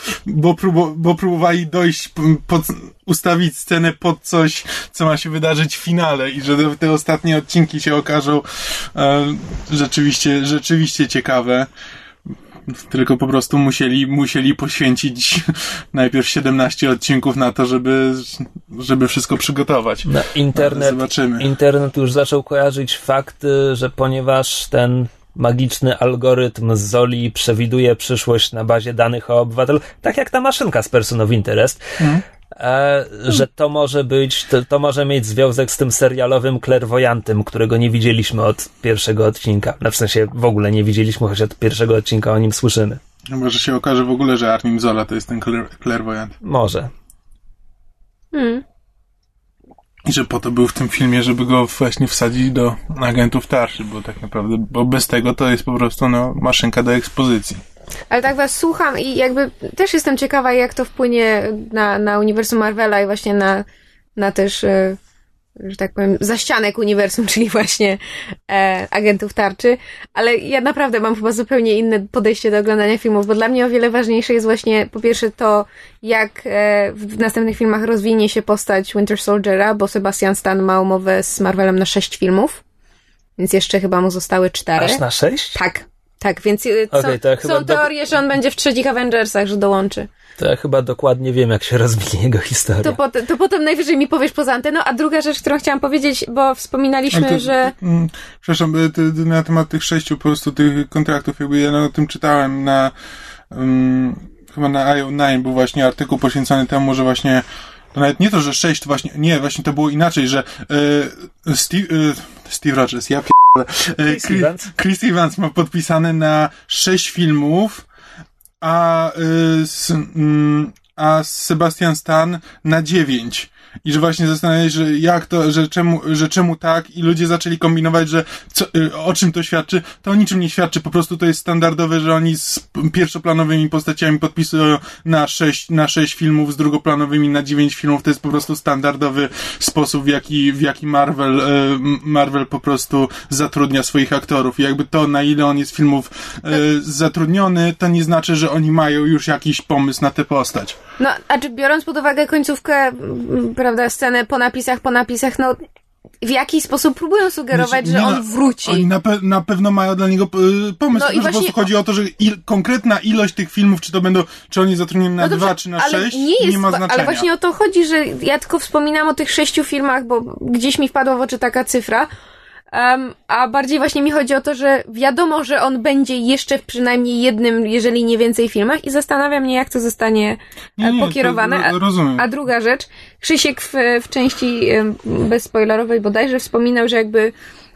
bo próbowali ustawić scenę pod coś, co ma się wydarzyć w finale i że te ostatnie odcinki się okażą rzeczywiście ciekawe. Tylko po prostu musieli poświęcić najpierw 17 odcinków na to, żeby wszystko przygotować. No, internet już zaczął kojarzyć fakt, że ponieważ ten magiczny algorytm z Zoli przewiduje przyszłość na bazie danych o obywatelu, tak jak ta maszynka z Person of Interest, że to może mieć związek z tym serialowym Clairvoyantem, którego nie widzieliśmy od pierwszego odcinka. W sensie w ogóle nie widzieliśmy, choć od pierwszego odcinka o nim słyszymy. Może się okaże w ogóle, że Arnim Zola to jest ten Clairvoyant. Może. I że po to był w tym filmie, żeby go właśnie wsadzić do agentów Tarszy, bo bez tego to jest po prostu maszynka do ekspozycji. Ale tak was słucham i jakby też jestem ciekawa, jak to wpłynie na uniwersum Marvela i właśnie na też, że tak powiem, zaścianek uniwersum, czyli właśnie agentów Tarczy. Ale ja naprawdę mam chyba zupełnie inne podejście do oglądania filmów, bo dla mnie o wiele ważniejsze jest właśnie po pierwsze to, jak w następnych filmach rozwinie się postać Winter Soldiera, bo Sebastian Stan ma umowę z Marvelem na 6 filmów, więc jeszcze chyba mu zostały 4. Aż na 6? Tak, więc są teorie, że on będzie w trzecich Avengersach, że dołączy. To ja chyba dokładnie wiem, jak się rozwinie jego historia. To potem najwyżej mi powiesz poza anteną. A druga rzecz, którą chciałam powiedzieć, bo wspominaliśmy, że... Przepraszam, na temat tych 6 po prostu tych kontraktów, jakby ja o tym czytałem chyba na IO9 był właśnie artykuł poświęcony temu, że właśnie to nawet nie to, że 6 właśnie, nie, właśnie to było inaczej, że Steve Rogers, Chris Evans ma podpisane na 6 filmów, a Sebastian Stan na 9. I że właśnie zastanawiać, że jak to, że czemu tak i ludzie zaczęli kombinować, że o czym to świadczy, to o niczym nie świadczy, po prostu to jest standardowe, że oni z pierwszoplanowymi postaciami podpisują na 6 filmów, z drugoplanowymi na 9 filmów, to jest po prostu standardowy sposób, w jaki Marvel po prostu zatrudnia swoich aktorów i jakby to, na ile on jest filmów zatrudniony, to nie znaczy, że oni mają już jakiś pomysł na tę postać. No, a czy biorąc pod uwagę końcówkę, prawda, scenę po napisach, no w jaki sposób próbują sugerować, że on wróci. Oni na pewno mają dla niego pomysł. No i właśnie... po prostu chodzi o to, że konkretna ilość tych filmów, czy on jest zatrudniony na 2, czy na 6, nie ma znaczenia. Ale właśnie o to chodzi, że ja tylko wspominam o tych 6 filmach, bo gdzieś mi wpadła w oczy taka cyfra. A bardziej właśnie mi chodzi o to, że wiadomo, że on będzie jeszcze w przynajmniej jednym, jeżeli nie więcej filmach i zastanawia mnie, jak to zostanie pokierowane. Rozumiem. A druga rzecz, Krzysiek w części bezspoilerowej bodajże wspominał, że jakby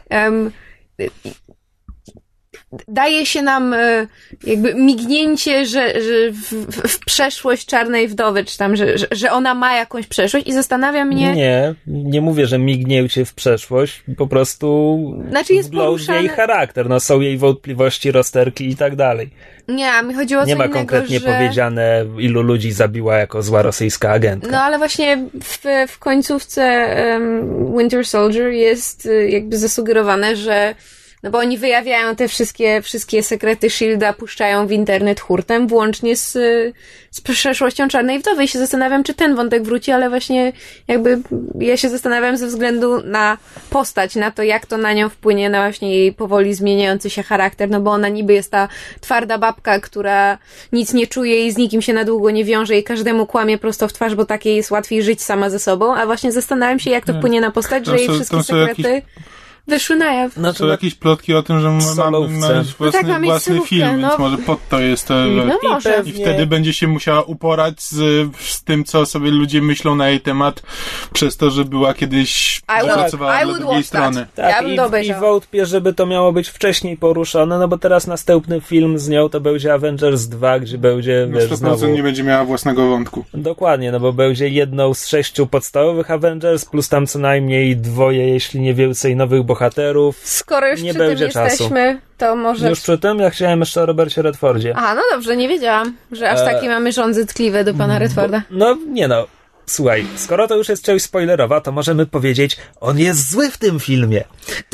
daje się nam jakby mignięcie, że w przeszłość Czarnej Wdowy, czy tam, że ona ma jakąś przeszłość i zastanawia mnie... Nie mówię, że mignięcie w przeszłość, po prostu jest poruszane... jej charakter, no są jej wątpliwości, rozterki i tak dalej. Nie, a mi chodziło o co innego, innego, konkretnie powiedziane, ilu ludzi zabiła jako zła rosyjska agentka. No ale właśnie w końcówce Winter Soldier jest jakby zasugerowane, że no bo oni wyjawiają te wszystkie sekrety S.H.I.E.L.D.a, puszczają w internet hurtem, włącznie z przeszłością Czarnej Wdowy. I się zastanawiam, czy ten wątek wróci, ale właśnie jakby ja się zastanawiam ze względu na postać, na to, jak to na nią wpłynie, na właśnie jej powoli zmieniający się charakter, no bo ona niby jest ta twarda babka, która nic nie czuje i z nikim się na długo nie wiąże i każdemu kłamie prosto w twarz, bo takiej jest łatwiej żyć sama ze sobą, a właśnie zastanawiam się, jak to wpłynie na postać, że jej wszystkie sekrety wyszły na jaw. Są jakieś plotki o tym, że mamy mieć własny film, więc może pod to jest to, i wtedy będzie się musiała uporać z tym, co sobie ludzie myślą na jej temat, przez to, że była kiedyś pracowała dla drugiej strony. Tak, i wątpię, żeby to miało być wcześniej poruszone, no bo teraz następny film z nią to będzie Avengers 2, gdzie będzie, znowu nie będzie miała własnego wątku. Dokładnie, no bo będzie jedną z 6 podstawowych Avengers, plus tam co najmniej 2, jeśli nie więcej, nowych bohaterów. Skoro już nie przy tym jesteśmy, to może... Już przy tym? Ja chciałem jeszcze o Robercie Redfordzie. A, no dobrze, nie wiedziałam, że aż takie mamy rządzy tkliwe do pana Redforda. Słuchaj, skoro to już jest część spoilerowa, to możemy powiedzieć, on jest zły w tym filmie.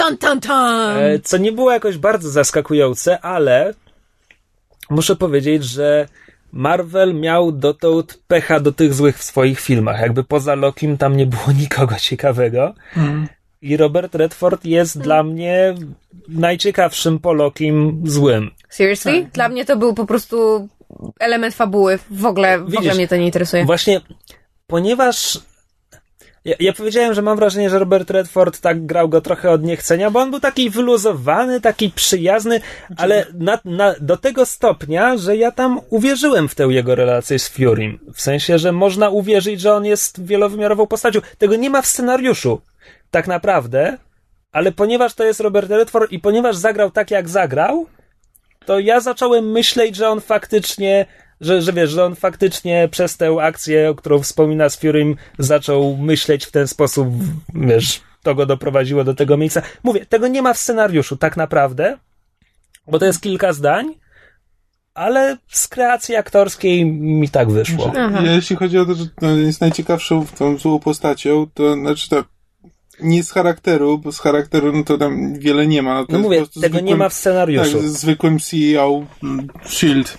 Co nie było jakoś bardzo zaskakujące, ale muszę powiedzieć, że Marvel miał dotąd pecha do tych złych w swoich filmach. Jakby poza Lokim tam nie było nikogo ciekawego. I Robert Redford jest dla mnie najciekawszym po Lokim złym. Seriously? Tak. Dla mnie to był po prostu element fabuły. W ogóle mnie to nie interesuje. Właśnie, ponieważ ja powiedziałem, że mam wrażenie, że Robert Redford tak grał go trochę od niechcenia, bo on był taki wyluzowany, taki przyjazny, ale do tego stopnia, że ja tam uwierzyłem w tę jego relację z Furym. W sensie, że można uwierzyć, że on jest wielowymiarową postacią. Tego nie ma w scenariuszu. Tak naprawdę, ale ponieważ to jest Robert Redford i ponieważ zagrał tak, jak zagrał, to ja zacząłem myśleć, że on faktycznie, że on faktycznie przez tę akcję, o którą wspomina z Furym, zaczął myśleć w ten sposób, to go doprowadziło do tego miejsca. Mówię, tego nie ma w scenariuszu tak naprawdę, bo to jest kilka zdań, ale z kreacji aktorskiej mi tak wyszło. Jeśli chodzi o to, że jest najciekawszą tą złą postacią, to znaczy to nie z charakteru, bo z charakteru no to tam wiele nie ma. No mówię, tego nie ma w scenariuszu. Tak, zwykłym CEO S.H.I.E.L.D.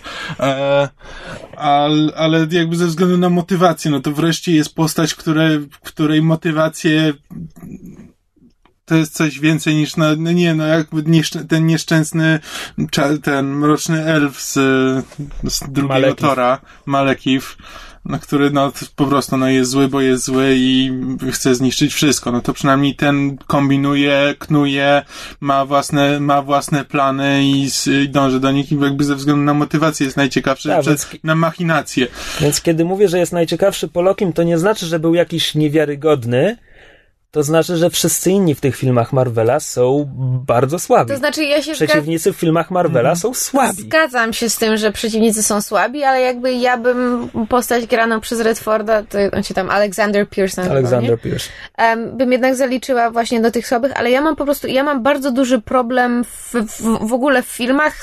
Ale jakby ze względu na motywację, no to wreszcie jest postać, której motywacje to jest coś więcej niż jakby ten nieszczęsny ten mroczny elf z drugiego Tora, Malekith, który po prostu jest zły, bo jest zły i chce zniszczyć wszystko. No to przynajmniej ten kombinuje, knuje, ma własne plany i dąży do nich i jakby ze względu na motywację jest najciekawszy, na machinację. Więc kiedy mówię, że jest najciekawszy po Lokim, to nie znaczy, że był jakiś niewiarygodny, to znaczy, że wszyscy inni w tych filmach Marvela są bardzo słabi. To znaczy, ja się przeciwnicy w filmach Marvela są słabi. Zgadzam się z tym, że przeciwnicy są słabi, ale jakby ja bym postać graną przez Redforda, to on się tam Alexander Pierce bym jednak zaliczyła właśnie do tych słabych, ale ja mam bardzo duży problem w ogóle w filmach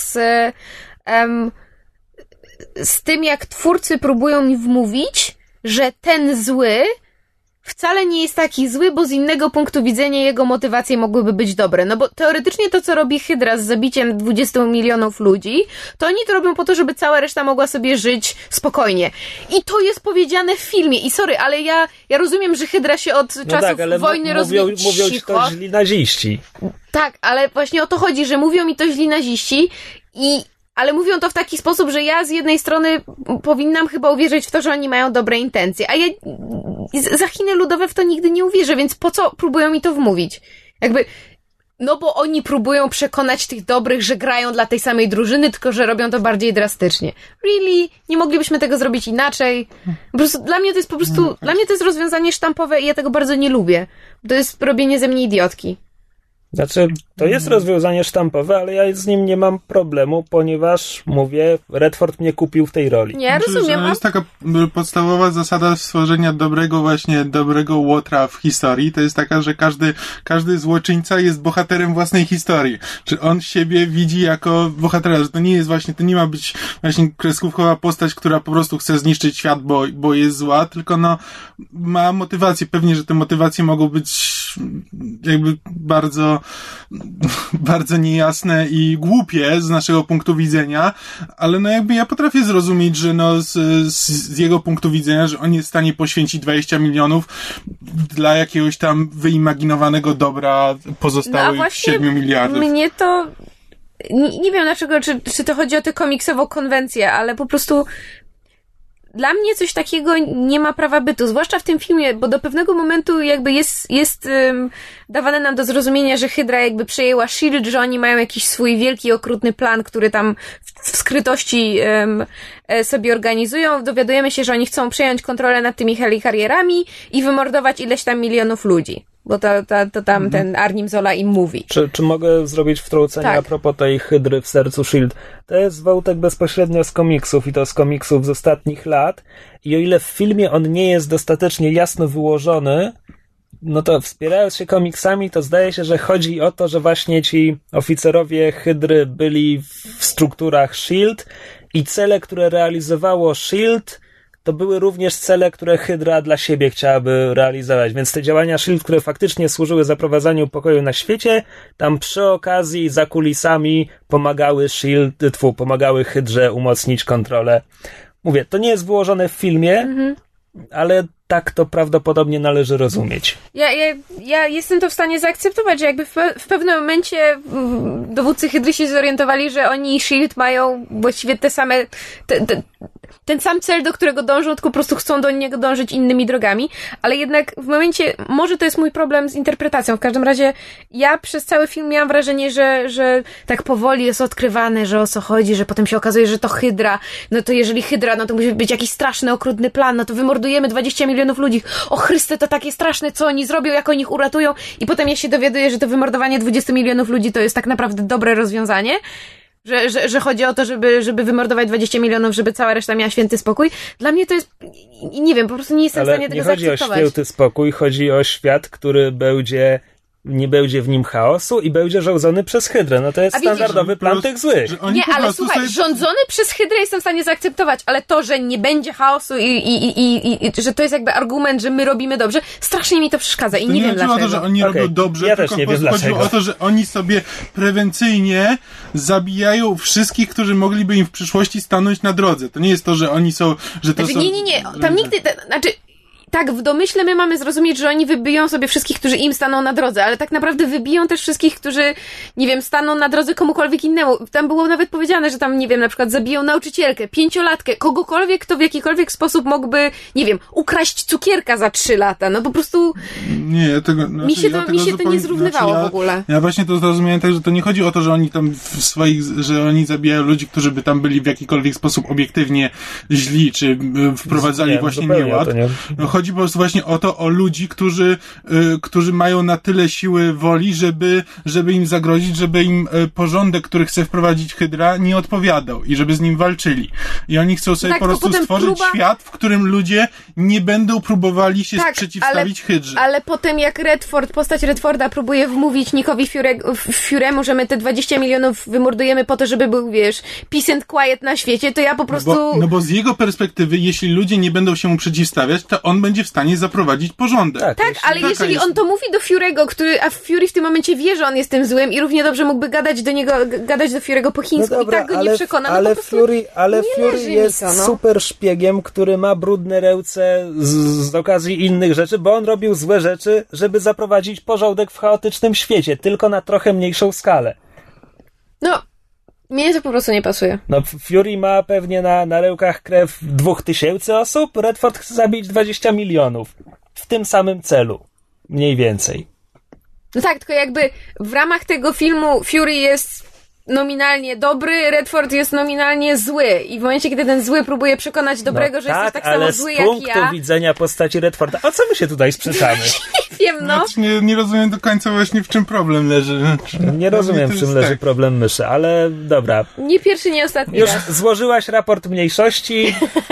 z tym, jak twórcy próbują mi wmówić, że ten zły wcale nie jest taki zły, bo z innego punktu widzenia jego motywacje mogłyby być dobre. No bo teoretycznie to, co robi Hydra z zabiciem 20 milionów ludzi, to oni to robią po to, żeby cała reszta mogła sobie żyć spokojnie. I to jest powiedziane w filmie. I sorry, ale ja rozumiem, że Hydra się od czasów wojny rozwija. Mówią ci to źli naziści. Tak, ale właśnie o to chodzi, że mówią mi to źli naziści ale mówią to w taki sposób, że ja z jednej strony powinnam chyba uwierzyć w to, że oni mają dobre intencje, a ja za Chiny Ludowe w to nigdy nie uwierzę, więc po co próbują mi to wmówić? No bo oni próbują przekonać tych dobrych, że grają dla tej samej drużyny, tylko że robią to bardziej drastycznie. Really? Nie moglibyśmy tego zrobić inaczej? Po prostu dla mnie to jest dla mnie to jest rozwiązanie sztampowe i ja tego bardzo nie lubię. To jest robienie ze mnie idiotki. Znaczy, to jest rozwiązanie sztampowe, ale ja z nim nie mam problemu, ponieważ, mówię, Redford mnie kupił w tej roli. Nie, rozumiem. To jest taka podstawowa zasada stworzenia dobrego łotra w historii. To jest taka, że każdy złoczyńca jest bohaterem własnej historii. Czy on siebie widzi jako bohatera, że to nie jest właśnie, to nie ma być właśnie kreskówkowa postać, która po prostu chce zniszczyć świat, bo jest zła, tylko ma motywacje. Pewnie, że te motywacje mogą być jakby bardzo niejasne i głupie z naszego punktu widzenia, ale jakby ja potrafię zrozumieć, że z jego punktu widzenia, że on jest w stanie poświęcić 20 milionów dla jakiegoś tam wyimaginowanego dobra pozostałych 7 miliardów. Mnie to nie wiem dlaczego, czy to chodzi o tę komiksową konwencję, ale po prostu dla mnie coś takiego nie ma prawa bytu, zwłaszcza w tym filmie, bo do pewnego momentu jakby jest dawane nam do zrozumienia, że Hydra jakby przejęła S.H.I.E.L.D., że oni mają jakiś swój wielki, okrutny plan, który tam w skrytości sobie organizują. Dowiadujemy się, że oni chcą przejąć kontrolę nad tymi helikarierami i wymordować ileś tam milionów ludzi. Bo to tam ten Arnim Zola im mówi. Czy mogę zrobić wtrącenie a propos tej Hydry w sercu S.H.I.E.L.D.? To jest wątek bezpośrednio z komiksów i to z komiksów z ostatnich lat i o ile w filmie on nie jest dostatecznie jasno wyłożony, no to wspierając się komiksami, to zdaje się, że chodzi o to, że właśnie ci oficerowie Hydry byli w strukturach S.H.I.E.L.D. i cele, które realizowało S.H.I.E.L.D., to były również cele, które Hydra dla siebie chciałaby realizować. Więc te działania S.H.I.E.L.D., które faktycznie służyły zaprowadzaniu pokoju na świecie, tam przy okazji, za kulisami pomagały Hydrze umocnić kontrolę. Mówię, to nie jest wyłożone w filmie, ale tak to prawdopodobnie należy rozumieć. Ja jestem to w stanie zaakceptować, że jakby w pewnym momencie dowódcy Hydry się zorientowali, że oni i S.H.I.E.L.D. mają właściwie te same ten sam cel, do którego dążą, tylko po prostu chcą do niego dążyć innymi drogami, ale jednak w momencie, może to jest mój problem z interpretacją, w każdym razie ja przez cały film miałam wrażenie, że tak powoli jest odkrywane, że o co chodzi, że potem się okazuje, że to Hydra, no to jeżeli Hydra, no to musi być jakiś straszny, okrutny plan, no to wymordujemy 20 milionów ludzi, o Chryste, to takie straszne, co oni zrobią, jak oni ich uratują i potem ja się dowiaduję, że to wymordowanie 20 milionów ludzi to jest tak naprawdę dobre rozwiązanie, że chodzi o to, żeby wymordować 20 milionów, żeby cała reszta miała święty spokój. Dla mnie to jest, nie wiem, po prostu nie jestem w stanie tego zaakceptować. Ale nie chodzi o święty spokój, chodzi o świat, który nie będzie w nim chaosu i będzie rządzony przez Hydrę. No to jest standardowy plan tych złych. Nie, ale słuchaj, rządzony przez Hydrę jestem w stanie zaakceptować, ale to, że nie będzie chaosu i że to jest jakby argument, że my robimy dobrze, strasznie mi to przeszkadza i nie wiem dlaczego. Nie chodzi o to, że oni robią dobrze, tylko chodzi o to, że oni sobie prewencyjnie zabijają wszystkich, którzy mogliby im w przyszłości stanąć na drodze. To nie jest to, że oni są... Że to są... Nie. Tam nigdy... Tak, w domyśle my mamy zrozumieć, że oni wybiją sobie wszystkich, którzy im staną na drodze, ale tak naprawdę wybiją też wszystkich, którzy, nie wiem, staną na drodze komukolwiek innemu. Tam było nawet powiedziane, że tam, nie wiem, na przykład zabiją nauczycielkę, 5-latkę, kogokolwiek, kto w jakikolwiek sposób mógłby, nie wiem, ukraść cukierka za 3 lata. No po prostu... Nie, tego... mi się to nie zrównywało w ogóle. Ja właśnie to zrozumiałem tak, że to nie chodzi o to, że oni tam że oni zabijają ludzi, którzy by tam byli w jakikolwiek sposób obiektywnie źli, czy wprowadzali właśnie nieład. Chodzi chodzi po prostu właśnie o ludzi, którzy mają na tyle siły woli, żeby im zagrozić, żeby im porządek, który chce wprowadzić Hydra, nie odpowiadał i żeby z nim walczyli. I oni chcą sobie po prostu stworzyć świat, w którym ludzie nie będą próbowali się sprzeciwstawić Hydrze. Ale potem jak postać Redforda próbuje wmówić Nickowi Fury'emu, że my te 20 milionów wymordujemy po to, żeby był, wiesz, peace and quiet na świecie, to ja po prostu... No bo z jego perspektywy, jeśli ludzie nie będą się mu przeciwstawiać, to on będzie w stanie zaprowadzić porządek. Tak, ale jeżeli on to mówi do Fury'ego, a Fury w tym momencie wie, że on jest tym złym i równie dobrze mógłby gadać do Fury'ego po chińsku, no dobra, i tak go nie przekona. Ale Fury jest super szpiegiem, który ma brudne ręce z okazji innych rzeczy, bo on robił złe rzeczy, żeby zaprowadzić porządek w chaotycznym świecie, tylko na trochę mniejszą skalę. No, mnie to po prostu nie pasuje. No, Fury ma pewnie na rękach krew 2000 osób, Redford chce zabić 20 milionów. W tym samym celu. Mniej więcej. No tak, tylko jakby w ramach tego filmu Fury jest nominalnie dobry, Redford jest nominalnie zły. I w momencie, kiedy ten zły próbuje przekonać dobrego, że jesteś tak samo zły jak ja... ale z punktu widzenia postaci Redforda... O co my się tutaj sprzeczamy? Nie wiem, no. Nie rozumiem do końca właśnie, w czym problem leży. Nie rozumiem, w czym leży problem myszy, ale dobra. Nie pierwszy, nie ostatni już raz. Złożyłaś raport mniejszości...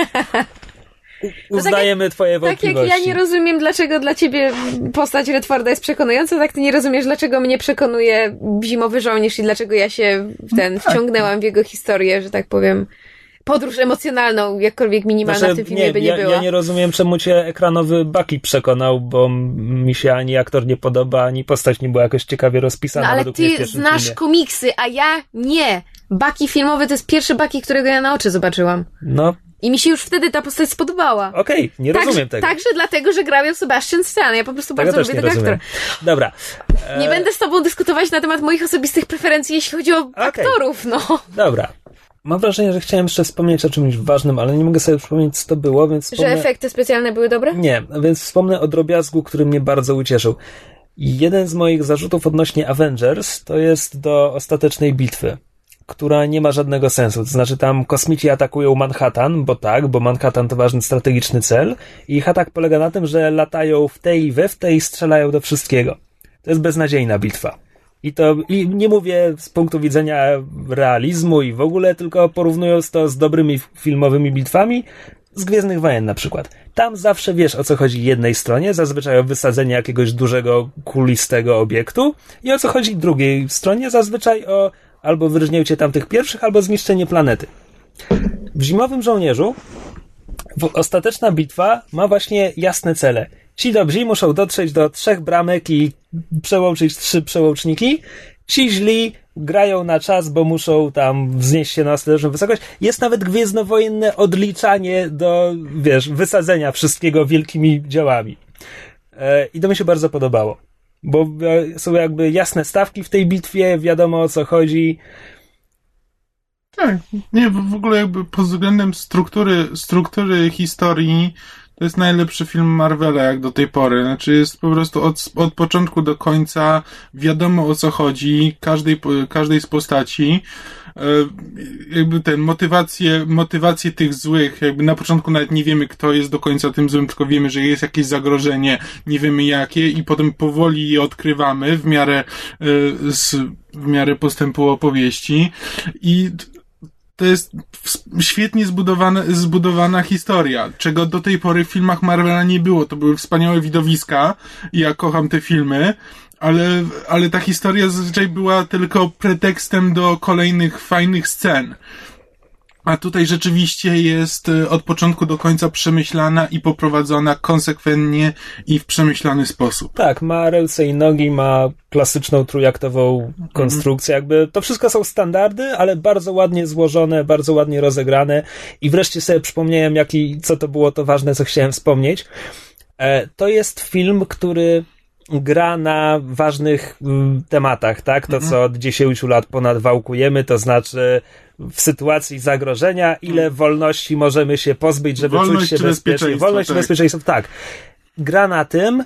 Uznajemy twoje wątpliwości. Tak jak ja nie rozumiem, dlaczego dla ciebie postać Redforda jest przekonująca, tak ty nie rozumiesz, dlaczego mnie przekonuje Zimowy Żołnierz i dlaczego ja się wciągnęłam w jego historię, że tak powiem, podróż emocjonalną, jakkolwiek minimalna w tym filmie by nie była. Ja nie rozumiem, czemu cię ekranowy Bucky przekonał, bo mi się ani aktor nie podoba, ani postać nie była jakoś ciekawie rozpisana. No ale ty znasz filmie. Komiksy, a ja nie. Bucky filmowy to jest pierwszy Bucky, którego ja na oczy zobaczyłam. No. I mi się już wtedy ta postać spodobała. Okej, nie rozumiem tego. Także dlatego, że grał ją Sebastian Stan. Ja po prostu bardzo lubię tego aktora. Dobra. Nie będę z tobą dyskutować na temat moich osobistych preferencji, jeśli chodzi o aktorów, no. Dobra. Mam wrażenie, że chciałem jeszcze wspomnieć o czymś ważnym, ale nie mogę sobie przypomnieć, co to było, więc Że efekty specjalne były dobre? Nie, więc wspomnę o drobiazgu, który mnie bardzo ucieszył. Jeden z moich zarzutów odnośnie Avengers to jest do ostatecznej bitwy, która nie ma żadnego sensu. To znaczy tam kosmici atakują Manhattan, bo Manhattan to ważny strategiczny cel i ich atak polega na tym, że latają w tej i we w tej i strzelają do wszystkiego. To jest beznadziejna bitwa. I nie mówię z punktu widzenia realizmu i w ogóle, tylko porównując to z dobrymi filmowymi bitwami z Gwiezdnych Wojen na przykład. Tam zawsze wiesz, o co chodzi jednej stronie, zazwyczaj o wysadzenie jakiegoś dużego, kulistego obiektu i o co chodzi drugiej stronie, zazwyczaj o albo wyrżnięcie tamtych pierwszych, albo zniszczenie planety. W Zimowym Żołnierzu ostateczna bitwa ma właśnie jasne cele. Ci dobrzy muszą dotrzeć do 3 bramek i przełączyć 3 przełączniki. Ci źli grają na czas, bo muszą tam wznieść się na ostateczną wysokość. Jest nawet gwiezdnowojenne odliczanie do, wysadzenia wszystkiego wielkimi działami. I to mi się bardzo podobało. Bo są jakby jasne stawki w tej bitwie, wiadomo o co chodzi. Tak, nie, w ogóle jakby pod względem struktury historii to jest najlepszy film Marvela jak do tej pory. Znaczy jest po prostu od początku do końca wiadomo o co chodzi, każdej z postaci. Jakby motywacje tych złych, jakby na początku nawet nie wiemy kto jest do końca tym złym, tylko wiemy, że jest jakieś zagrożenie, nie wiemy jakie i potem powoli je odkrywamy w miarę postępu opowieści i to jest świetnie zbudowana historia, czego do tej pory w filmach Marvela nie było. To były wspaniałe widowiska i ja kocham te filmy, ale ta historia zazwyczaj była tylko pretekstem do kolejnych fajnych scen. A tutaj rzeczywiście jest od początku do końca przemyślana i poprowadzona konsekwentnie i w przemyślany sposób. Tak, ma ręce i nogi, ma klasyczną trójaktową konstrukcję. Jakby to wszystko są standardy, ale bardzo ładnie złożone, bardzo ładnie rozegrane. I wreszcie sobie przypomniałem, co to było to ważne, co chciałem wspomnieć. To jest film, który gra na ważnych tematach, tak? To, co od 10 lat ponad wałkujemy, to znaczy w sytuacji zagrożenia, ile wolności możemy się pozbyć, żeby czuć się bezpiecznie. Wolność i bezpieczeństwo, tak. Gra na tym,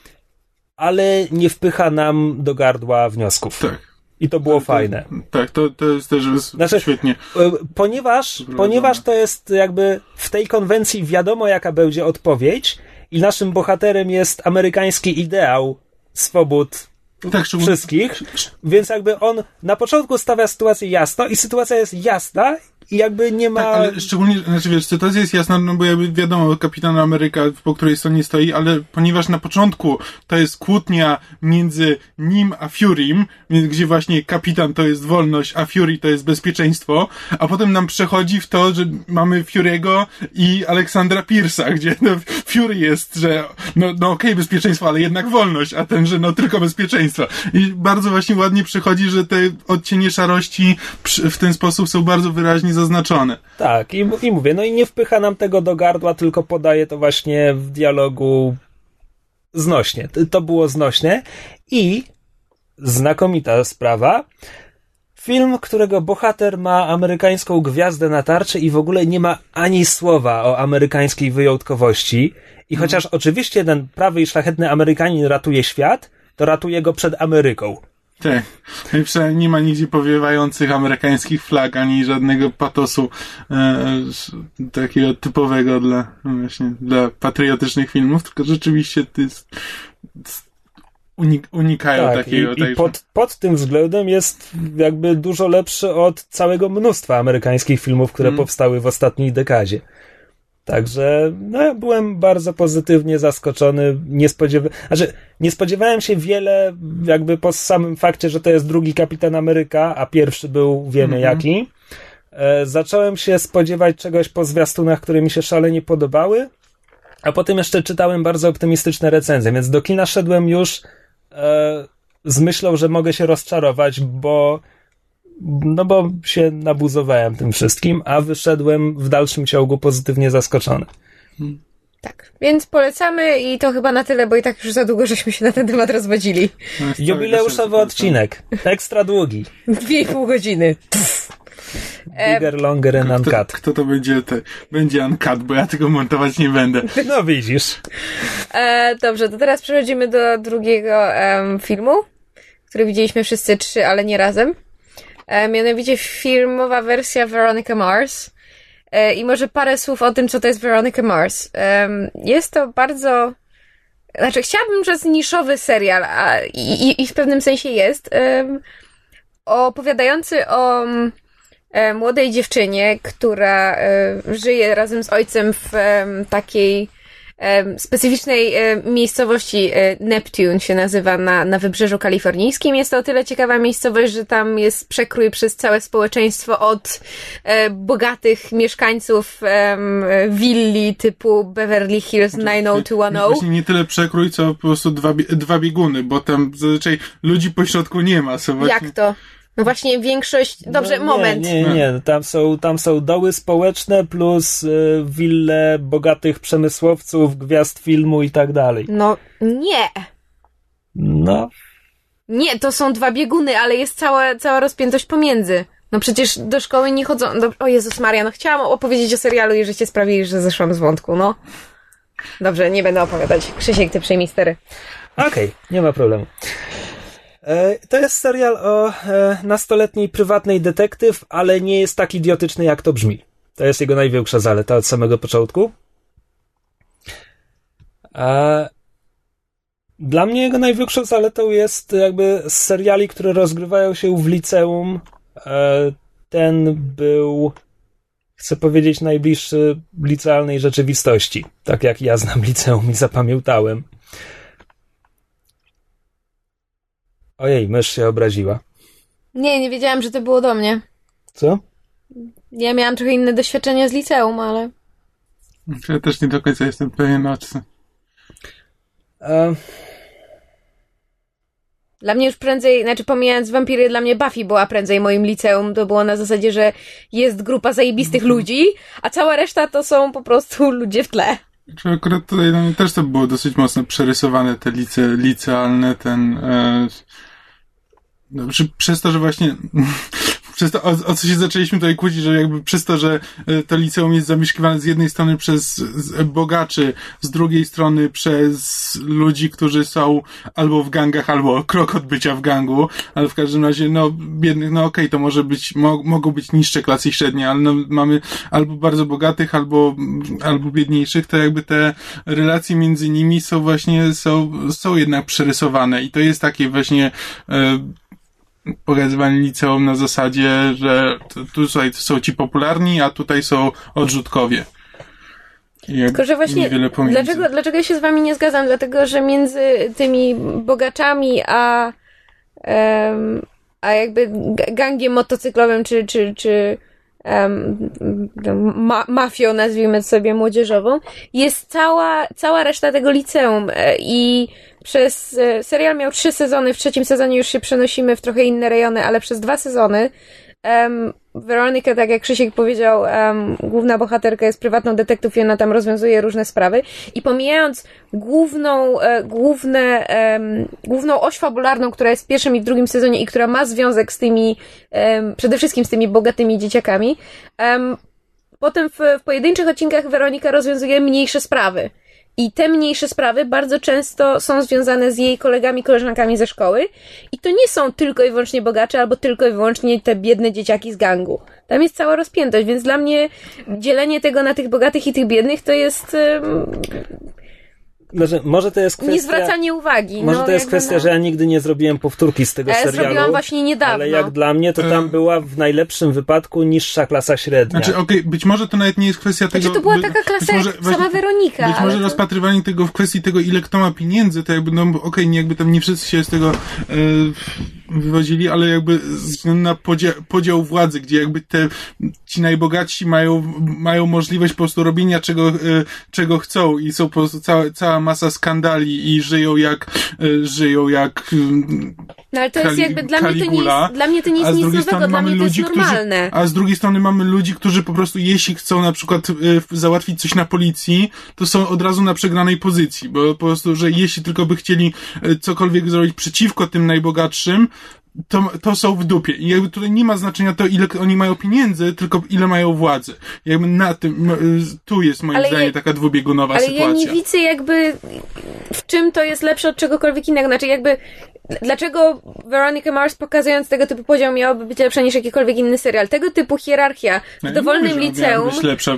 ale nie wpycha nam do gardła wniosków. Tak. I to było fajne. Tak, to jest też świetnie. Ponieważ to jest jakby w tej konwencji wiadomo, jaka będzie odpowiedź i naszym bohaterem jest amerykański ideał swobód wszystkich, więc jakby on na początku stawia sytuację jasno i sytuacja jest jasna i jakby nie ma... Tak, ale szczególnie, znaczy wiesz, sytuacja jest jasna, no bo jakby wiadomo, Kapitan Ameryka, po której stronie stoi, ale ponieważ na początku to jest kłótnia między nim a Furym, gdzie właśnie Kapitan to jest wolność, a Fury to jest bezpieczeństwo, a potem nam przechodzi w to, że mamy Fury'ego i Aleksandra Pierce'a, gdzie no, Fury jest, że no okej, bezpieczeństwo, ale jednak wolność, a ten, że no tylko bezpieczeństwo. I bardzo właśnie ładnie przechodzi, że te odcienie szarości w ten sposób są bardzo wyraźnie zaznaczone. Tak, i mówię, no i nie wpycha nam tego do gardła, tylko podaje to właśnie w dialogu znośnie. To było znośne i znakomita sprawa. Film, którego bohater ma amerykańską gwiazdę na tarczy i w ogóle nie ma ani słowa o amerykańskiej wyjątkowości. I chociaż oczywiście ten prawy i szlachetny Amerykanin ratuje świat, to ratuje go przed Ameryką. Tak. I przynajmniej nie ma nigdzie powiewających amerykańskich flag, ani żadnego patosu takiego typowego dla patriotycznych filmów, tylko rzeczywiście unikają tak, takiego. I pod tym względem jest jakby dużo lepszy od całego mnóstwa amerykańskich filmów, które powstały w ostatniej dekadzie. Także no, byłem bardzo pozytywnie zaskoczony. Nie spodziewałem się wiele jakby po samym fakcie, że to jest drugi Kapitan Ameryka, a pierwszy był wiemy jaki. Zacząłem się spodziewać czegoś po zwiastunach, które mi się szalenie podobały, a potem jeszcze czytałem bardzo optymistyczne recenzje, więc do kina szedłem już z myślą, że mogę się rozczarować, bo się nabuzowałem tym wszystkim, a wyszedłem w dalszym ciągu pozytywnie zaskoczony. Tak, więc polecamy i to chyba na tyle, bo i tak już za długo żeśmy się na ten temat rozwodzili. Jubileuszowy odcinek. Ekstra długi. 2,5 godziny. Bigger, longer and uncut. Kto to będzie? Będzie uncut, bo ja tego montować nie będę. No widzisz. Dobrze, to teraz przechodzimy do drugiego filmu, który widzieliśmy wszyscy 3, ale nie razem. Mianowicie filmowa wersja Veronica Mars. I może parę słów o tym, co to jest Veronica Mars. Jest to bardzo... Znaczy, chciałabym rzec niszowy serial, i w pewnym sensie jest, opowiadający o młodej dziewczynie, która żyje razem z ojcem w takiej specyficznej miejscowości, Neptune się nazywa, na wybrzeżu kalifornijskim. Jest to o tyle ciekawa miejscowość, że tam jest przekrój przez całe społeczeństwo od bogatych mieszkańców willi typu Beverly Hills 90210. Właśnie nie tyle przekrój, co po prostu dwa bieguny, bo tam zazwyczaj ludzi pośrodku nie ma. Jak to? No właśnie większość... Dobrze, moment. Nie. Tam są doły społeczne plus wille bogatych przemysłowców, gwiazd filmu i tak dalej. No nie. No. Nie, to są 2 bieguny, ale jest cała rozpiętość pomiędzy. No przecież do szkoły nie chodzą... O Jezus Maria, no chciałam opowiedzieć o serialu i żeście sprawili, że zeszłam z wątku, no. Dobrze, nie będę opowiadać. Krzysiek, ty przejmij stery. Okej, nie ma problemu. To jest serial o nastoletniej prywatnej detektyw, ale nie jest tak idiotyczny, jak to brzmi. To jest jego największa zaleta od samego początku. Dla mnie jego największą zaletą jest jakby z seriali, które rozgrywają się w liceum. Ten był, chcę powiedzieć, najbliższy licealnej rzeczywistości. Tak jak ja znam liceum i zapamiętałem. Ojej, mysz się obraziła. Nie wiedziałam, że to było do mnie. Co? Ja miałam trochę inne doświadczenia z liceum, ale... Ja też nie do końca jestem pewien o co. Dla mnie już prędzej, znaczy pomijając wampiry, dla mnie Buffy była prędzej moim liceum. To było na zasadzie, że jest grupa zajebistych ludzi, a cała reszta to są po prostu ludzie w tle. Czy akurat tutaj dla mnie też to było dosyć mocno przerysowane, te licealne, przez to, że właśnie przez to, o co się zaczęliśmy tutaj kłócić, że jakby przez to, że to liceum jest zamieszkiwane z jednej strony przez bogaczy, z drugiej strony przez ludzi, którzy są albo w gangach, albo krok od bycia w gangu, ale w każdym razie, biednych, okej, to może być, mogą być niższe klasy średnie, ale mamy albo bardzo bogatych, albo biedniejszych, to jakby te relacje między nimi są właśnie, są jednak przerysowane i to jest takie właśnie pokazywanie liceum na zasadzie, że tutaj są ci popularni, a tutaj są odrzutkowie. Tylko, że właśnie dlaczego ja się z wami nie zgadzam? Dlatego, że między tymi bogaczami a jakby gangiem motocyklowym czy mafią, nazwijmy sobie młodzieżową, jest cała reszta tego liceum i serial miał 3 sezony, w 3. sezonie już się przenosimy w trochę inne rejony, ale przez 2 sezony Weronika, tak jak Krzysiek powiedział, główna bohaterka jest prywatną detektyw i ona tam rozwiązuje różne sprawy i pomijając główną oś fabularną, która jest w 1. i w 2. sezonie i która ma związek z tymi przede wszystkim z tymi bogatymi dzieciakami, potem w pojedynczych odcinkach Weronika rozwiązuje mniejsze sprawy. I te mniejsze sprawy bardzo często są związane z jej kolegami, koleżankami ze szkoły i to nie są tylko i wyłącznie bogacze albo tylko i wyłącznie te biedne dzieciaki z gangu. Tam jest cała rozpiętość, więc dla mnie dzielenie tego na tych bogatych i tych biednych to jest... Może to jest kwestia... Niezwracanie uwagi. Może to jest kwestia, że ja nigdy nie zrobiłem powtórki z tego serialu. Zrobiłam właśnie niedawno. Ale jak dla mnie, to tam była w najlepszym wypadku niższa klasa średnia. Znaczy, być może to nawet nie jest kwestia tego... to była taka klasa jak sama Weronika. Być może rozpatrywanie tego w kwestii tego, ile kto ma pieniędzy, to jakby, nie jakby tam nie wszyscy się z tego wywodzili, ale jakby ze względu na podział władzy, gdzie jakby ci najbogatsi mają możliwość po prostu robienia czego chcą i są po prostu cała masa skandali i żyją jak no ale to jest jakby dla mnie to nie jest nic nowego, dla mnie to jest normalne. A z drugiej strony mamy ludzi, którzy po prostu jeśli chcą na przykład załatwić coś na policji, to są od razu na przegranej pozycji, bo po prostu, że jeśli tylko by chcieli cokolwiek zrobić przeciwko tym najbogatszym, to są w dupie. I jakby tutaj nie ma znaczenia to, ile oni mają pieniędzy, tylko ile mają władzy. Jakby na tym, tu jest moim zdaniem taka dwubiegunowa sytuacja. Ale ja nie widzę jakby w czym to jest lepsze od czegokolwiek innego. Znaczy jakby dlaczego Veronica Mars, pokazując tego typu podział, miałaby być lepsza niż jakikolwiek inny serial? Tego typu hierarchia w dowolnym liceum... być lepsza.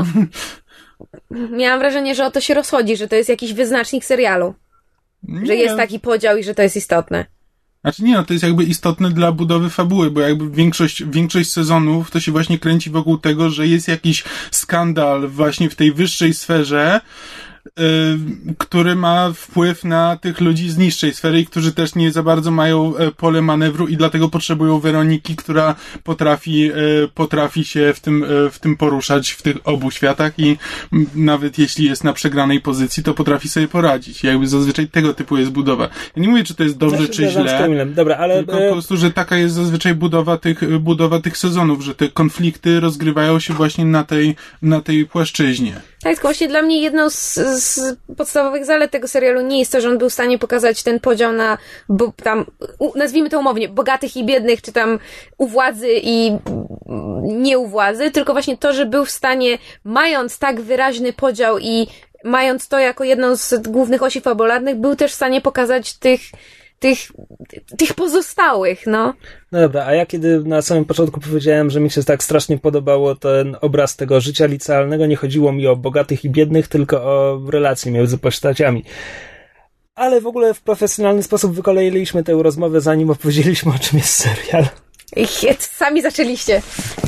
Miałam wrażenie, że o to się rozchodzi, że to jest jakiś wyznacznik serialu. Że jest taki podział i że to jest istotne. Znaczy nie, to jest jakby istotne dla budowy fabuły, bo jakby większość sezonów to się właśnie kręci wokół tego, że jest jakiś skandal właśnie w tej wyższej sferze, który ma wpływ na tych ludzi z niższej sfery i którzy też nie za bardzo mają pole manewru i dlatego potrzebują Weroniki, która potrafi się w tym poruszać w tych obu światach i nawet jeśli jest na przegranej pozycji, to potrafi sobie poradzić. Jakby zazwyczaj tego typu jest budowa. Ja nie mówię, czy to jest dobrze, czy źle. Dobra, ale tylko po prostu, że taka jest zazwyczaj budowa tych sezonów, że te konflikty rozgrywają się właśnie na tej płaszczyźnie. Tak, tylko właśnie dla mnie jedną z podstawowych zalet tego serialu nie jest to, że on był w stanie pokazać ten podział na, bo tam, nazwijmy to umownie, bogatych i biednych, czy tam u władzy i nie u władzy, tylko właśnie to, że był w stanie, mając tak wyraźny podział i mając to jako jedną z głównych osi fabularnych, był też w stanie pokazać tych pozostałych, no. No dobra, a ja kiedy na samym początku powiedziałem, że mi się tak strasznie podobało ten obraz tego życia licealnego, nie chodziło mi o bogatych i biednych, tylko o relacje między postaciami. Ale w ogóle w profesjonalny sposób wykoleiliśmy tę rozmowę, zanim opowiedzieliśmy, o czym jest serial. Sami zaczęliście.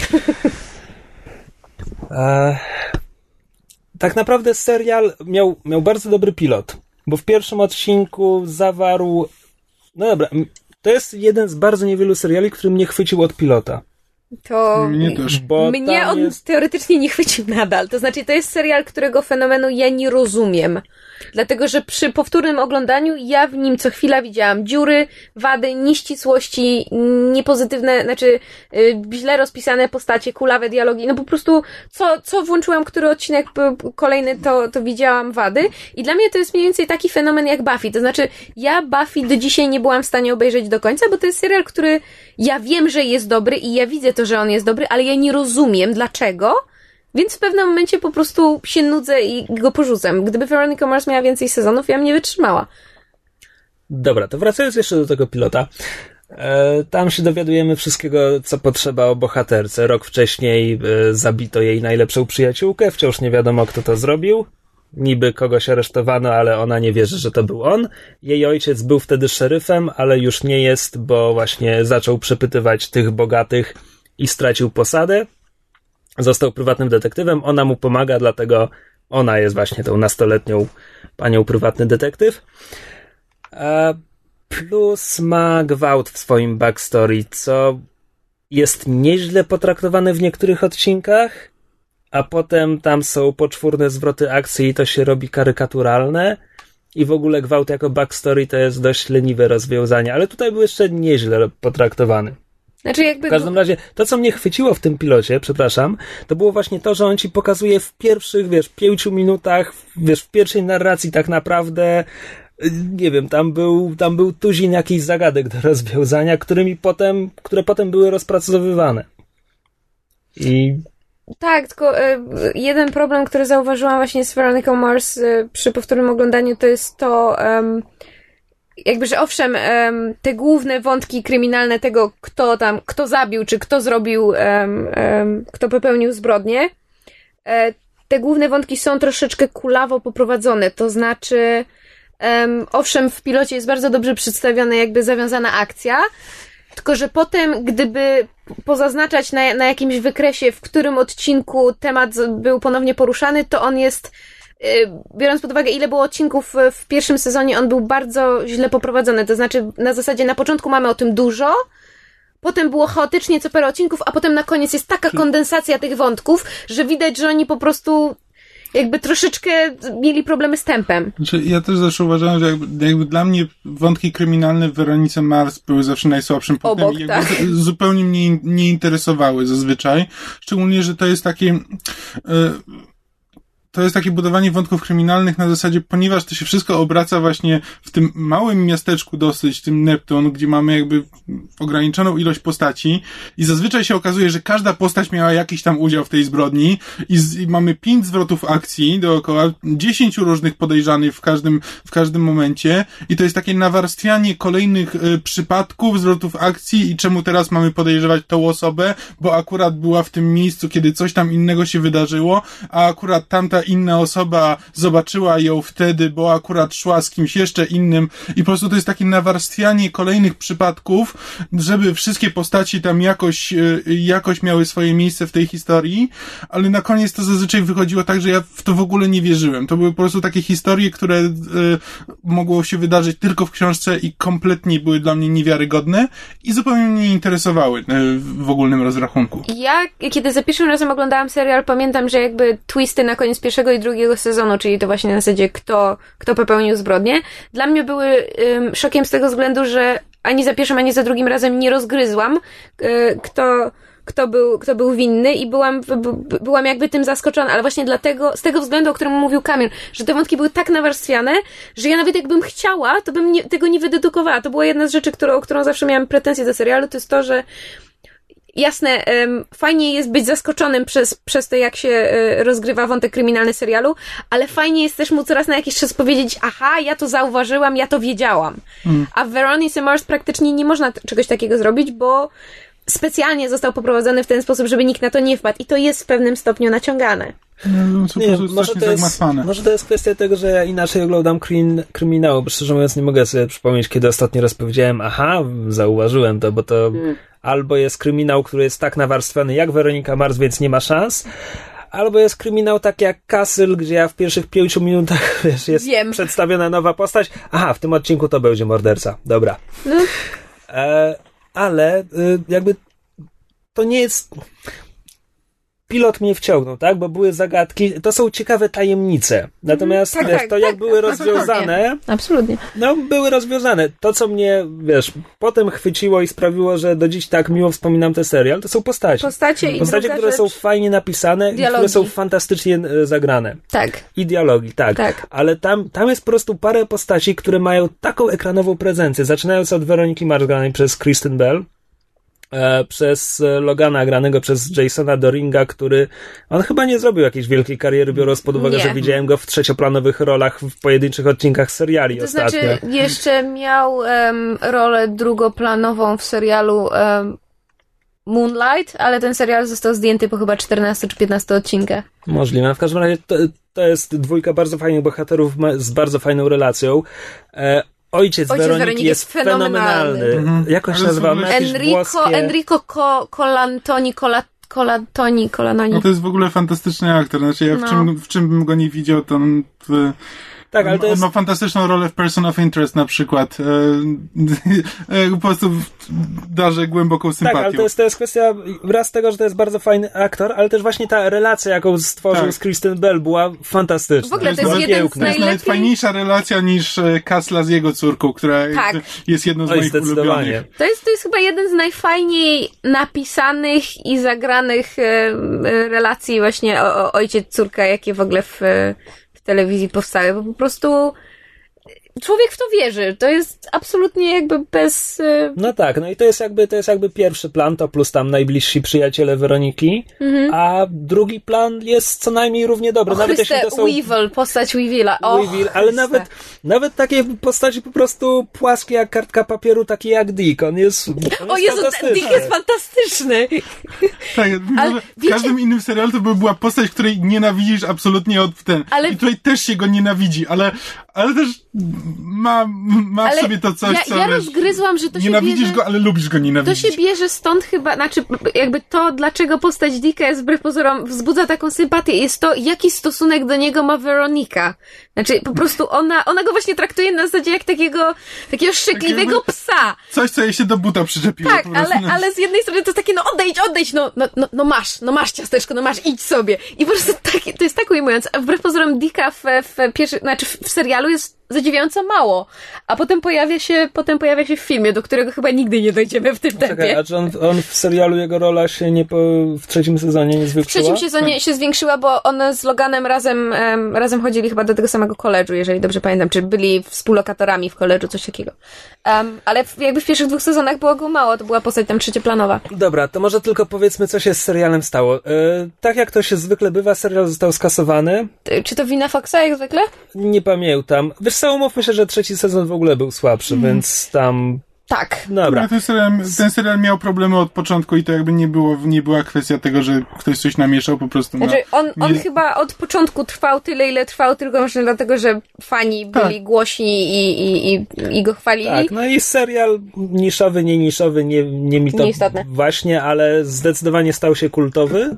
Tak naprawdę serial miał bardzo dobry pilot, bo w pierwszym odcinku zawarł... No dobra, to jest jeden z bardzo niewielu seriali, który mnie chwycił od pilota. To mnie też. Mnie on teoretycznie nie chwycił nadal. To znaczy, to jest serial, którego fenomenu ja nie rozumiem. Dlatego, że przy powtórnym oglądaniu ja w nim co chwila widziałam dziury, wady, nieścisłości, niepozytywne, znaczy źle rozpisane postacie, kulawe dialogi. No po prostu co włączyłam, który odcinek kolejny, to widziałam wady. I dla mnie to jest mniej więcej taki fenomen jak Buffy. To znaczy, ja Buffy do dzisiaj nie byłam w stanie obejrzeć do końca, bo to jest serial, który ja wiem, że jest dobry i ja widzę to, że on jest dobry, ale ja nie rozumiem dlaczego. Więc w pewnym momencie po prostu się nudzę i go porzucam. Gdyby Veronica Mars miała więcej sezonów, ja bym nie wytrzymała. Dobra, to wracając jeszcze do tego pilota. Tam się dowiadujemy wszystkiego, co potrzeba o bohaterce. Rok wcześniej zabito jej najlepszą przyjaciółkę. Wciąż nie wiadomo, kto to zrobił. Niby kogoś aresztowano, ale ona nie wierzy, że to był on. Jej ojciec był wtedy szeryfem, ale już nie jest, bo właśnie zaczął przepytywać tych bogatych i stracił posadę. Został prywatnym detektywem, ona mu pomaga, dlatego ona jest właśnie tą nastoletnią panią prywatny detektyw. Plus ma gwałt w swoim backstory, co jest nieźle potraktowane w niektórych odcinkach, a potem tam są poczwórne zwroty akcji i to się robi karykaturalne i w ogóle gwałt jako backstory to jest dość leniwe rozwiązanie, ale tutaj był jeszcze nieźle potraktowany. Znaczy jakby... W każdym razie, to co mnie chwyciło w tym pilocie, przepraszam, to było właśnie to, że on ci pokazuje w pierwszych, 5 minutach, w pierwszej narracji tak naprawdę, nie wiem, tam był tuzin jakichś zagadek do rozwiązania, które potem były rozpracowywane. Tak, tylko jeden problem, który zauważyłam właśnie z Veronica Mars przy powtórnym oglądaniu, to jest to... jakby, że owszem, te główne wątki kryminalne tego, kto zabił, czy kto zrobił, kto popełnił zbrodnię, te główne wątki są troszeczkę kulawo poprowadzone, to znaczy, owszem, w pilocie jest bardzo dobrze przedstawiona jakby zawiązana akcja, tylko że potem, gdyby pozaznaczać na jakimś wykresie, w którym odcinku temat był ponownie poruszany, to on jest... biorąc pod uwagę, ile było odcinków w pierwszym sezonie, on był bardzo źle poprowadzony. To znaczy, na zasadzie na początku mamy o tym dużo, potem było chaotycznie co parę odcinków, a potem na koniec jest taka kondensacja tych wątków, że widać, że oni po prostu jakby troszeczkę mieli problemy z tempem. Znaczy, ja też zawsze uważałem, że jakby dla mnie wątki kryminalne w Weronice Mars były zawsze najsłabszym punktem i jakby zupełnie mnie nie interesowały zazwyczaj. Szczególnie, że to jest takie... To jest takie budowanie wątków kryminalnych na zasadzie, ponieważ to się wszystko obraca właśnie w tym małym miasteczku dosyć, tym Neptun, gdzie mamy jakby ograniczoną ilość postaci i zazwyczaj się okazuje, że każda postać miała jakiś tam udział w tej zbrodni i mamy 5 zwrotów akcji dookoła, 10 różnych podejrzanych w każdym momencie i to jest takie nawarstwianie kolejnych przypadków, zwrotów akcji i czemu teraz mamy podejrzewać tą osobę, bo akurat była w tym miejscu, kiedy coś tam innego się wydarzyło, a akurat tamta inna osoba zobaczyła ją wtedy, bo akurat szła z kimś jeszcze innym i po prostu to jest takie nawarstwianie kolejnych przypadków, żeby wszystkie postaci tam jakoś miały swoje miejsce w tej historii, ale na koniec to zazwyczaj wychodziło tak, że ja w to w ogóle nie wierzyłem. To były po prostu takie historie, które mogło się wydarzyć tylko w książce i kompletnie były dla mnie niewiarygodne i zupełnie mnie nie interesowały w ogólnym rozrachunku. Ja, kiedy za pierwszym razem oglądałam serial, pamiętam, że jakby twisty na koniec pierwszego i drugiego sezonu, czyli to właśnie na zasadzie kto popełnił zbrodnię, dla mnie były szokiem z tego względu, że ani za pierwszym, ani za drugim razem nie rozgryzłam, kto był winny i byłam jakby tym zaskoczona, ale właśnie dlatego, z tego względu, o którym mówił Kamil, że te wątki były tak nawarstwiane, że ja nawet jakbym chciała, to bym tego nie wydedukowała. To była jedna z rzeczy, o którą zawsze miałam pretensje do serialu, to jest to, że jasne, fajnie jest być zaskoczonym przez to, jak się rozgrywa wątek kryminalny serialu, ale fajnie jest też móc raz na jakiś czas powiedzieć, aha, ja to zauważyłam, ja to wiedziałam. A w Veronice Mars praktycznie nie można czegoś takiego zrobić, bo specjalnie został poprowadzony w ten sposób, żeby nikt na to nie wpadł i to jest w pewnym stopniu naciągane. Może to jest kwestia tego, że ja inaczej oglądam kryminał, bo szczerze mówiąc nie mogę sobie przypomnieć, kiedy ostatni raz powiedziałem, aha, zauważyłem to, bo to albo jest kryminał, który jest tak nawarstwiony jak Weronika Mars, więc nie ma szans, albo jest kryminał tak jak Castle, gdzie ja w pierwszych 5 minutach, jest przedstawiona nowa postać, aha, w tym odcinku to będzie morderca, dobra. Ale jakby to nie jest... Pilot mnie wciągnął, tak? Bo były zagadki, to są ciekawe tajemnice. Natomiast jak były rozwiązane... Absolutnie. No, były rozwiązane. To, co mnie, potem chwyciło i sprawiło, że do dziś tak miło wspominam ten serial, to są postacie. Postacie, które są fajnie napisane dialogi. I które są fantastycznie zagrane. Tak. I dialogi, tak. Ale tam jest po prostu parę postaci, które mają taką ekranową prezencję. Zaczynając od Weroniki Mars granej przez Kristen Bell, przez Logana granego przez Jasona Doringa, który on chyba nie zrobił jakiejś wielkiej kariery, biorąc pod uwagę, że widziałem go w trzecioplanowych rolach w pojedynczych odcinkach seriali ostatnio. Znaczy jeszcze miał rolę drugoplanową w serialu Moonlight, ale ten serial został zdjęty po chyba 14 czy 15 odcinkach. Możliwe. W każdym razie to jest dwójka bardzo fajnych bohaterów z bardzo fajną relacją. Ojciec Weroniki jest fenomenalny. Jak on się nazywa? Enrico Colantoni. No to jest w ogóle fantastyczny aktor. Znaczy ja w czym bym go nie widział, to tak, ale to jest... On ma fantastyczną rolę w Person of Interest na przykład. Po prostu darzę głęboką sympatią. Tak, ale to jest kwestia raz tego, że to jest bardzo fajny aktor, ale też właśnie ta relacja, jaką stworzył z Kristen Bell, była fantastyczna. W ogóle to jest jeden z To jest nawet fajniejsza relacja niż Kasla z jego córką, która jest jedną z moich ulubionych. To jest chyba jeden z najfajniej napisanych i zagranych relacji właśnie o ojciec-córka, jakie w ogóle w telewizji powstały, bo po prostu człowiek w to wierzy. To jest absolutnie jakby bez... No tak, no i to jest jakby pierwszy plan, to plus tam najbliżsi przyjaciele Weroniki, a drugi plan jest co najmniej równie dobry. Nawet jeśli to są... Weevil, postać Weevila. Ale nawet takie postaci po prostu płaskie jak kartka papieru, takie jak Dick. On jest fantastyczny. Dick jest fantastyczny. Tak, w każdym innym serialu to by była postać, której nienawidzisz absolutnie i tutaj też się go nienawidzi, ale też ma w sobie to coś, co... Ja rozgryzłam, że to się nienawidzisz bierze... go, ale lubisz go nienawidzić. To się bierze stąd chyba, znaczy jakby to, dlaczego postać Dicka jest wbrew pozorom wzbudza taką sympatię, jest to, jaki stosunek do niego ma Weronika. Znaczy, po prostu ona go właśnie traktuje na zasadzie jak takiego szczekliwego psa. Coś, co jej się do buta przyczepiło. Tak, ale z jednej strony to jest takie, odejdź, masz ciasteczko, masz, idź sobie. I po prostu to jest tak ujmując. A wbrew pozorom Dicka w serialu jest zadziwiająco mało. A potem pojawia się w filmie, do którego chyba nigdy nie dojdziemy w tym tempie. Czekaj, a czy on w serialu jego rola się w trzecim sezonie nie zwiększyła? W trzecim sezonie się zwiększyła, bo one z Loganem razem chodzili chyba do tego samego koledżu, jeżeli dobrze pamiętam, czy byli współlokatorami w koledżu, coś takiego. Ale jakby w pierwszych 2 sezonach było go mało, to była postać tam trzecioplanowa. Dobra, to może tylko powiedzmy, co się z serialem stało. Tak jak to się zwykle bywa, serial został skasowany. Czy to wina Foxa jak zwykle? Nie pamiętam. Wiesz co, umówmy się, że trzeci sezon w ogóle był słabszy, więc tam... Tak. Dobra. Ten serial miał problemy od początku i to jakby nie była kwestia tego, że ktoś coś namieszał po prostu. Znaczy on chyba od początku trwał tyle, ile trwał, tylko właśnie dlatego, że fani byli głośni i go chwalili. Tak, no i serial niszowy, nie niszowy, nie mi to nieistotne. Właśnie, ale zdecydowanie stał się kultowy.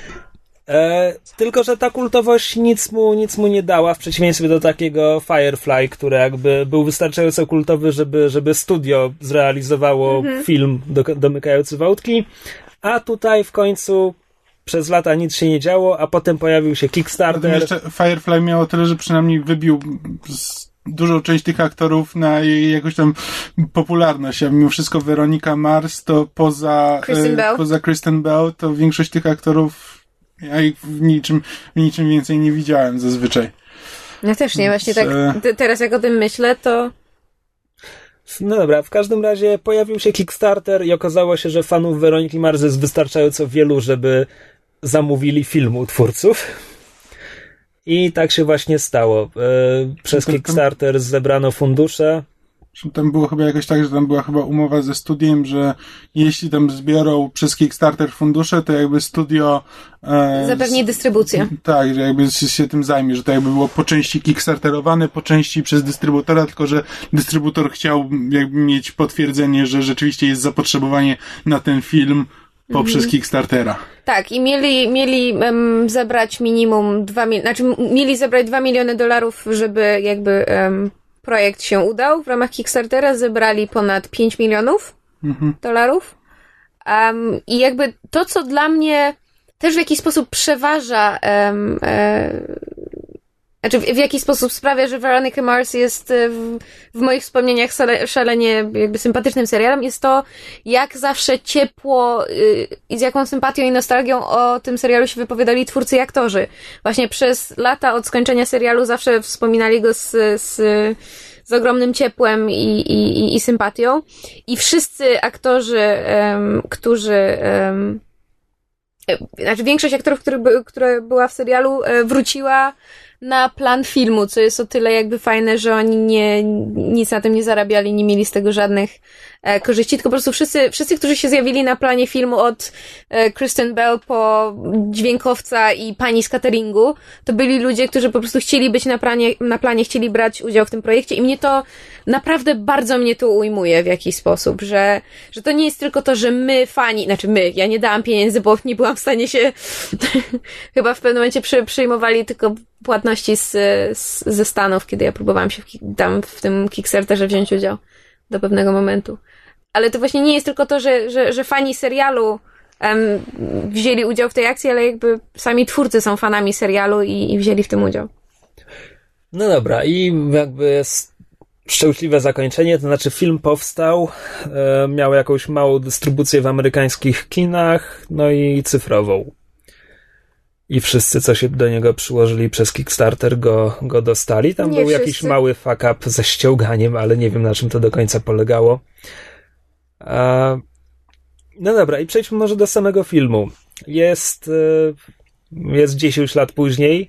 Tylko że ta kultowość nic mu nie dała, w przeciwieństwie do takiego Firefly, który jakby był wystarczająco kultowy, żeby studio zrealizowało film domykający wątki, a tutaj w końcu przez lata nic się nie działo, a potem pojawił się Kickstarter. Jeszcze Firefly miało tyle, że przynajmniej wybił dużą część tych aktorów na jej jakąś tam popularność, a mimo wszystko Weronika Mars to poza Kristen Bell to większość tych aktorów ja ich w niczym więcej nie widziałem zazwyczaj. Ja też nie, właśnie tak teraz jak o tym myślę, to... No dobra, w każdym razie pojawił się Kickstarter i okazało się, że fanów Weroniki Mars jest wystarczająco wielu, żeby zamówili film u twórców. I tak się właśnie stało. Przez Kickstarter zebrano fundusze. Tam było chyba jakoś tak, że tam była chyba umowa ze studiem, że jeśli tam zbiorą przez Kickstarter fundusze, to jakby studio zapewni dystrybucję. Tak, że jakby się tym zajmie, że to jakby było po części kickstarterowane, po części przez dystrybutora, tylko że dystrybutor chciał jakby mieć potwierdzenie, że rzeczywiście jest zapotrzebowanie na ten film poprzez Kickstartera. Tak, i mieli zebrać minimum mieli zebrać $2 miliony, żeby jakby projekt się udał. W ramach Kickstartera zebrali ponad $5 milionów, I jakby to, co dla mnie też w jakiś sposób przeważa, znaczy w jakiś sposób sprawia, że Veronica Mars jest w moich wspomnieniach szalenie jakby sympatycznym serialem, jest to, jak zawsze ciepło i z jaką sympatią i nostalgią o tym serialu się wypowiadali twórcy i aktorzy. Właśnie przez lata od skończenia serialu zawsze wspominali go z ogromnym ciepłem i sympatią. I wszyscy aktorzy, którzy znaczy większość aktorów, która była w serialu, wróciła na plan filmu, co jest o tyle jakby fajne, że oni nic na tym nie zarabiali, nie mieli z tego żadnych korzyści, tylko po prostu wszyscy, którzy się zjawili na planie filmu, od Kristen Bell po dźwiękowca i pani z cateringu, to byli ludzie, którzy po prostu chcieli być na planie, chcieli brać udział w tym projekcie i mnie to naprawdę bardzo mnie to ujmuje w jakiś sposób, że to nie jest tylko to, że my, fani, znaczy ja nie dałam pieniędzy, bo nie byłam w stanie się chyba w pewnym momencie przyjmowali tylko płatności ze Stanów, kiedy ja próbowałam się w tym Kickstarterze wziąć udział do pewnego momentu. Ale to właśnie nie jest tylko to, że fani serialu wzięli udział w tej akcji, ale jakby sami twórcy są fanami serialu i wzięli w tym udział. No dobra, i jakby szczęśliwe zakończenie, to znaczy film powstał, miał jakąś małą dystrybucję w amerykańskich kinach, no i cyfrową. I wszyscy, co się do niego przyłożyli przez Kickstarter, go dostali. Tam był jakiś mały fuck up ze ściąganiem, ale nie wiem, na czym to do końca polegało. No dobra, i przejdźmy może do samego filmu. Jest 10 lat później.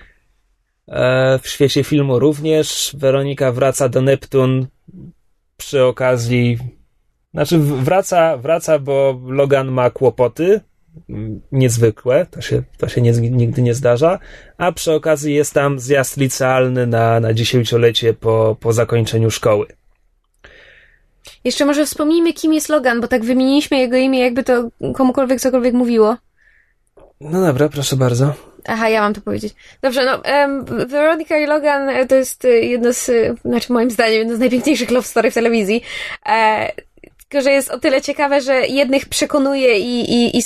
W świecie filmu również. Weronika wraca do Neptun przy okazji... Znaczy wraca, bo Logan ma kłopoty. Niezwykłe, to się nigdy nie zdarza, a przy okazji jest tam zjazd licealny na 10-lecie po zakończeniu szkoły. Jeszcze może wspomnijmy, kim jest Logan, bo tak wymieniliśmy jego imię, jakby to komukolwiek cokolwiek mówiło. No dobra, proszę bardzo. Aha, ja mam to powiedzieć. Dobrze, no, Veronica i Logan to jest jedno znaczy moim zdaniem, jedno z najpiękniejszych love story w telewizji. Tylko, że jest o tyle ciekawe, że jednych przekonuje i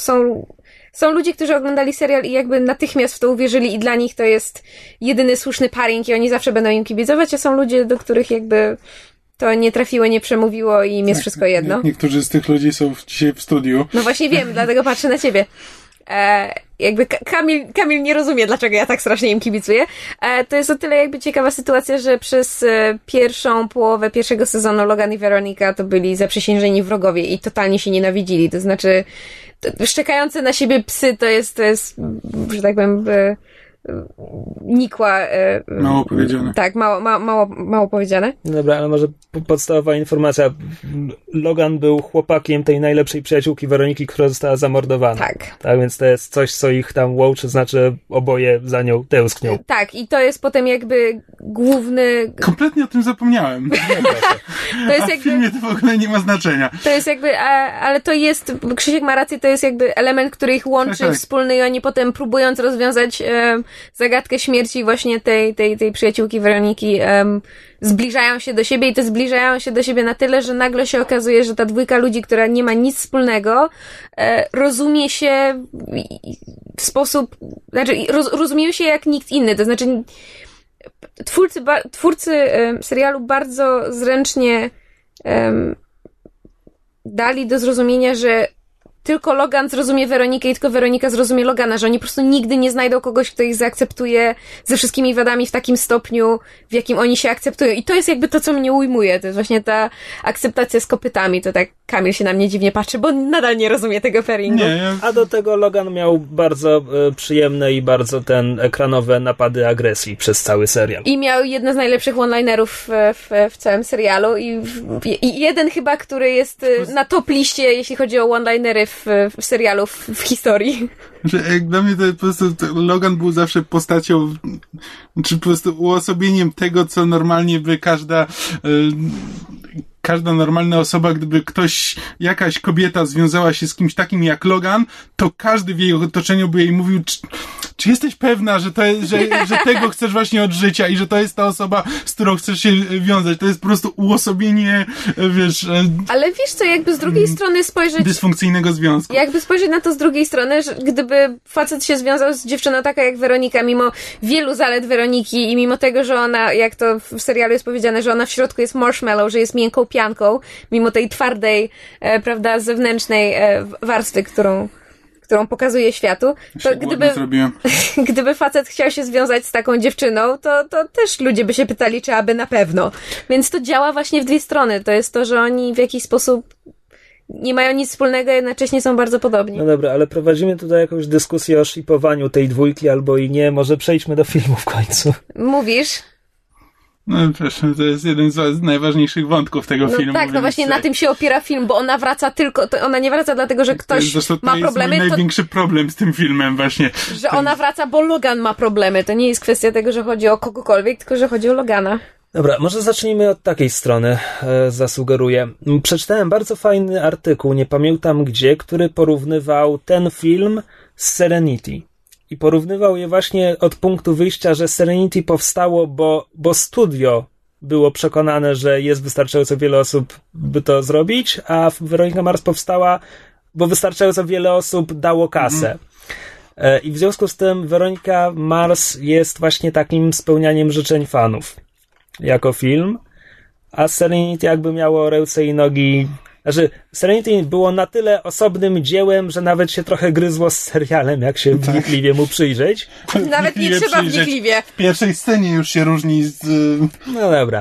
są ludzie, którzy oglądali serial i jakby natychmiast w to uwierzyli i dla nich to jest jedyny słuszny pairing i oni zawsze będą im kibicować, a są ludzie, do których jakby to nie trafiło, nie przemówiło i im jest wszystko jedno. Niektórzy z tych ludzi są dzisiaj w studiu. No właśnie wiem, dlatego patrzę na ciebie. Jakby Kamil nie rozumie, dlaczego ja tak strasznie im kibicuję. To jest o tyle jakby ciekawa sytuacja, że przez pierwszą połowę pierwszego sezonu Logan i Veronica to byli zaprzysiężeni wrogowie i totalnie się nienawidzili. To znaczy szczekające na siebie psy to jest że tak powiem nikła. Mało powiedziane. Tak, mało powiedziane. Dobra, ale może podstawowa informacja. Logan był chłopakiem tej najlepszej przyjaciółki Weroniki, która została zamordowana. Tak, więc to jest coś, co ich tam łączy, znaczy oboje za nią tęsknią. Tak, i to jest potem jakby główny... Kompletnie o tym zapomniałem. To jest jakby... w filmie to w ogóle nie ma znaczenia. To jest jakby, ale to jest, Krzysiek ma rację, to jest jakby element, który ich łączy, tak. Wspólny i oni potem próbując rozwiązać zagadkę śmierci właśnie tej przyjaciółki Weroniki zbliżają się do siebie i to zbliżają się do siebie na tyle, że nagle się okazuje, że ta dwójka ludzi, która nie ma nic wspólnego, rozumie się w sposób, znaczy rozumieją się jak nikt inny, to znaczy twórcy serialu bardzo zręcznie dali do zrozumienia, że tylko Logan zrozumie Weronikę i tylko Weronika zrozumie Logana, że oni po prostu nigdy nie znajdą kogoś, kto ich zaakceptuje ze wszystkimi wadami w takim stopniu, w jakim oni się akceptują. I to jest jakby to, co mnie ujmuje. To jest właśnie ta akceptacja z kopytami. To tak Kamil się na mnie dziwnie patrzy, bo nadal nie rozumie tego pairingu. A do tego Logan miał bardzo przyjemne i bardzo ekranowe napady agresji przez cały serial. I miał jedno z najlepszych one-linerów w całym serialu i jeden chyba, który jest na top liście, jeśli chodzi o one-linery w serialu w historii. Jak dla mnie to po prostu Logan był zawsze postacią, czy po prostu uosobieniem tego, co normalnie by każda normalna osoba, gdyby jakaś kobieta związała się z kimś takim jak Logan, to każdy w jej otoczeniu by jej mówił, czy jesteś pewna, że że tego chcesz właśnie od życia i że to jest ta osoba, z którą chcesz się wiązać. To jest po prostu uosobienie, wiesz... Ale wiesz co, jakby z drugiej strony spojrzeć... dysfunkcyjnego związku. Jakby spojrzeć na to z drugiej strony, że gdyby facet się związał z dziewczyną taka jak Weronika, mimo wielu zalet Weroniki i mimo tego, że ona, jak to w serialu jest powiedziane, że ona w środku jest marshmallow, że jest miękką pianką, mimo tej twardej, prawda, zewnętrznej warstwy, którą pokazuje światu, to gdyby facet chciał się związać z taką dziewczyną, to też ludzie by się pytali, czy aby na pewno. Więc to działa właśnie w dwie strony. To jest to, że oni w jakiś sposób nie mają nic wspólnego, jednocześnie są bardzo podobni. No dobra, ale prowadzimy tutaj jakąś dyskusję o shipowaniu tej dwójki albo i nie. Może przejdźmy do filmu w końcu. Mówisz? No proszę, to jest jeden z najważniejszych wątków tego filmu. Tak, no właśnie na tym się opiera film, bo ona wraca ona nie wraca dlatego, że ktoś ma problemy. To jest największy problem z tym filmem właśnie. Że ona wraca, bo Logan ma problemy. To nie jest kwestia tego, że chodzi o kogokolwiek, tylko że chodzi o Logana. Dobra, może zacznijmy od takiej strony, zasugeruję. Przeczytałem bardzo fajny artykuł, nie pamiętam gdzie, który porównywał ten film z Serenity. I porównywał je właśnie od punktu wyjścia, że Serenity powstało, bo studio było przekonane, że jest wystarczająco wiele osób, by to zrobić, a Weronika Mars powstała, bo wystarczająco wiele osób dało kasę. I w związku z tym Weronika Mars jest właśnie takim spełnianiem życzeń fanów jako film, a Serenity jakby miało ręce i nogi. Znaczy, Serenity było na tyle osobnym dziełem, że nawet się trochę gryzło z serialem, jak się wnikliwie mu przyjrzeć. Nawet nie trzeba wnikliwie. W pierwszej scenie już się różni z... No dobra.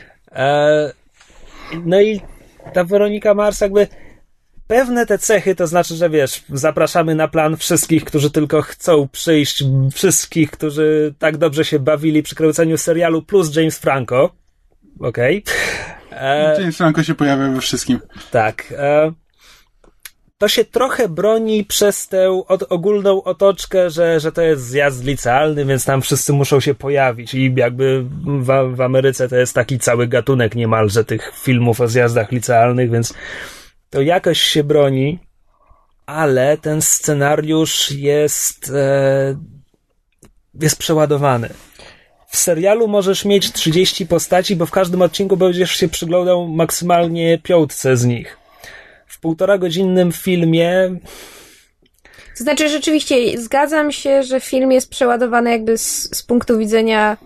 No i ta Weronika Mars jakby pewne te cechy, to znaczy, że wiesz, zapraszamy na plan wszystkich, którzy tylko chcą przyjść, wszystkich, którzy tak dobrze się bawili przy kręceniu serialu, plus James Franco. Okej. James Franco się pojawia we wszystkim. Tak. To się trochę broni przez tę ogólną otoczkę, że to jest zjazd licealny, więc tam wszyscy muszą się pojawić i jakby w Ameryce to jest taki cały gatunek niemalże tych filmów o zjazdach licealnych, więc to jakoś się broni, ale ten scenariusz jest przeładowany. W serialu możesz mieć 30 postaci, bo w każdym odcinku będziesz się przyglądał maksymalnie 5 z nich. W 1,5-godzinnym filmie... To znaczy, rzeczywiście, zgadzam się, że film jest przeładowany jakby z punktu widzenia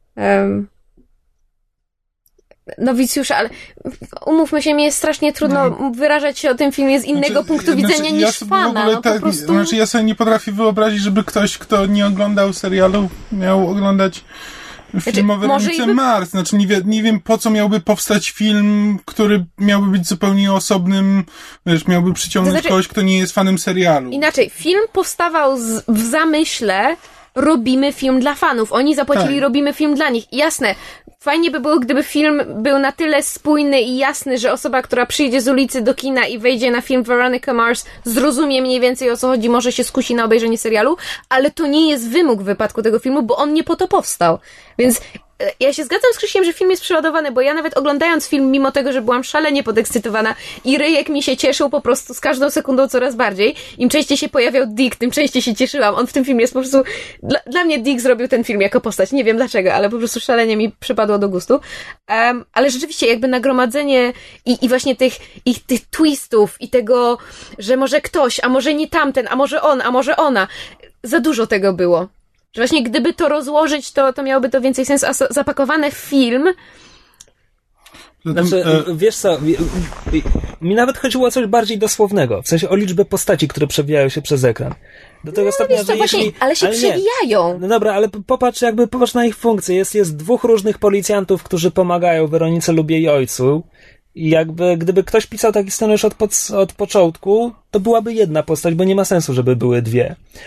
nowicjusza, ale umówmy się, mi jest strasznie trudno wyrażać się o tym filmie z innego punktu widzenia niż fana. No, po prostu... ja sobie nie potrafię wyobrazić, żeby ktoś, kto nie oglądał serialu, miał oglądać film o Weronice Mars. Znaczy nie wiem, po co miałby powstać film, który miałby być zupełnie osobnym, wiesz, miałby przyciągnąć kogoś, kto nie jest fanem serialu. Inaczej, film powstawał w zamyśle robimy film dla fanów. Oni zapłacili, tak. Robimy film dla nich. Jasne, fajnie by było, gdyby film był na tyle spójny i jasny, że osoba, która przyjdzie z ulicy do kina i wejdzie na film Veronica Mars, zrozumie mniej więcej o co chodzi, może się skusi na obejrzenie serialu, ale to nie jest wymóg w wypadku tego filmu, bo on nie po to powstał. Więc ja się zgadzam z Krzyśkiem, że film jest przeładowany, bo ja nawet oglądając film, mimo tego, że byłam szalenie podekscytowana i ryjek mi się cieszył po prostu z każdą sekundą coraz bardziej, im częściej się pojawiał Dick, tym częściej się cieszyłam. On w tym filmie jest po prostu... Dla mnie Dick zrobił ten film jako postać. Nie wiem dlaczego, ale po prostu szalenie mi przypadło do gustu. Ale rzeczywiście jakby nagromadzenie i właśnie tych twistów i tego, że może ktoś, a może nie tamten, a może on, a może ona. Za dużo tego było. Że właśnie gdyby to rozłożyć, to miałoby to więcej sensu, a zapakowane w film... Znaczy, wiesz co, mi nawet chodziło o coś bardziej dosłownego, w sensie o liczbę postaci, które przewijają się przez ekran. Do tego stopnia, wiesz co, właśnie, ale się przewijają. No dobra, ale popatrz na ich funkcje. Jest 2 różnych policjantów, którzy pomagają Weronice lub jej ojcu. I jakby, gdyby ktoś pisał taki scenariusz od początku, to byłaby jedna postać, bo nie ma sensu, żeby były 2.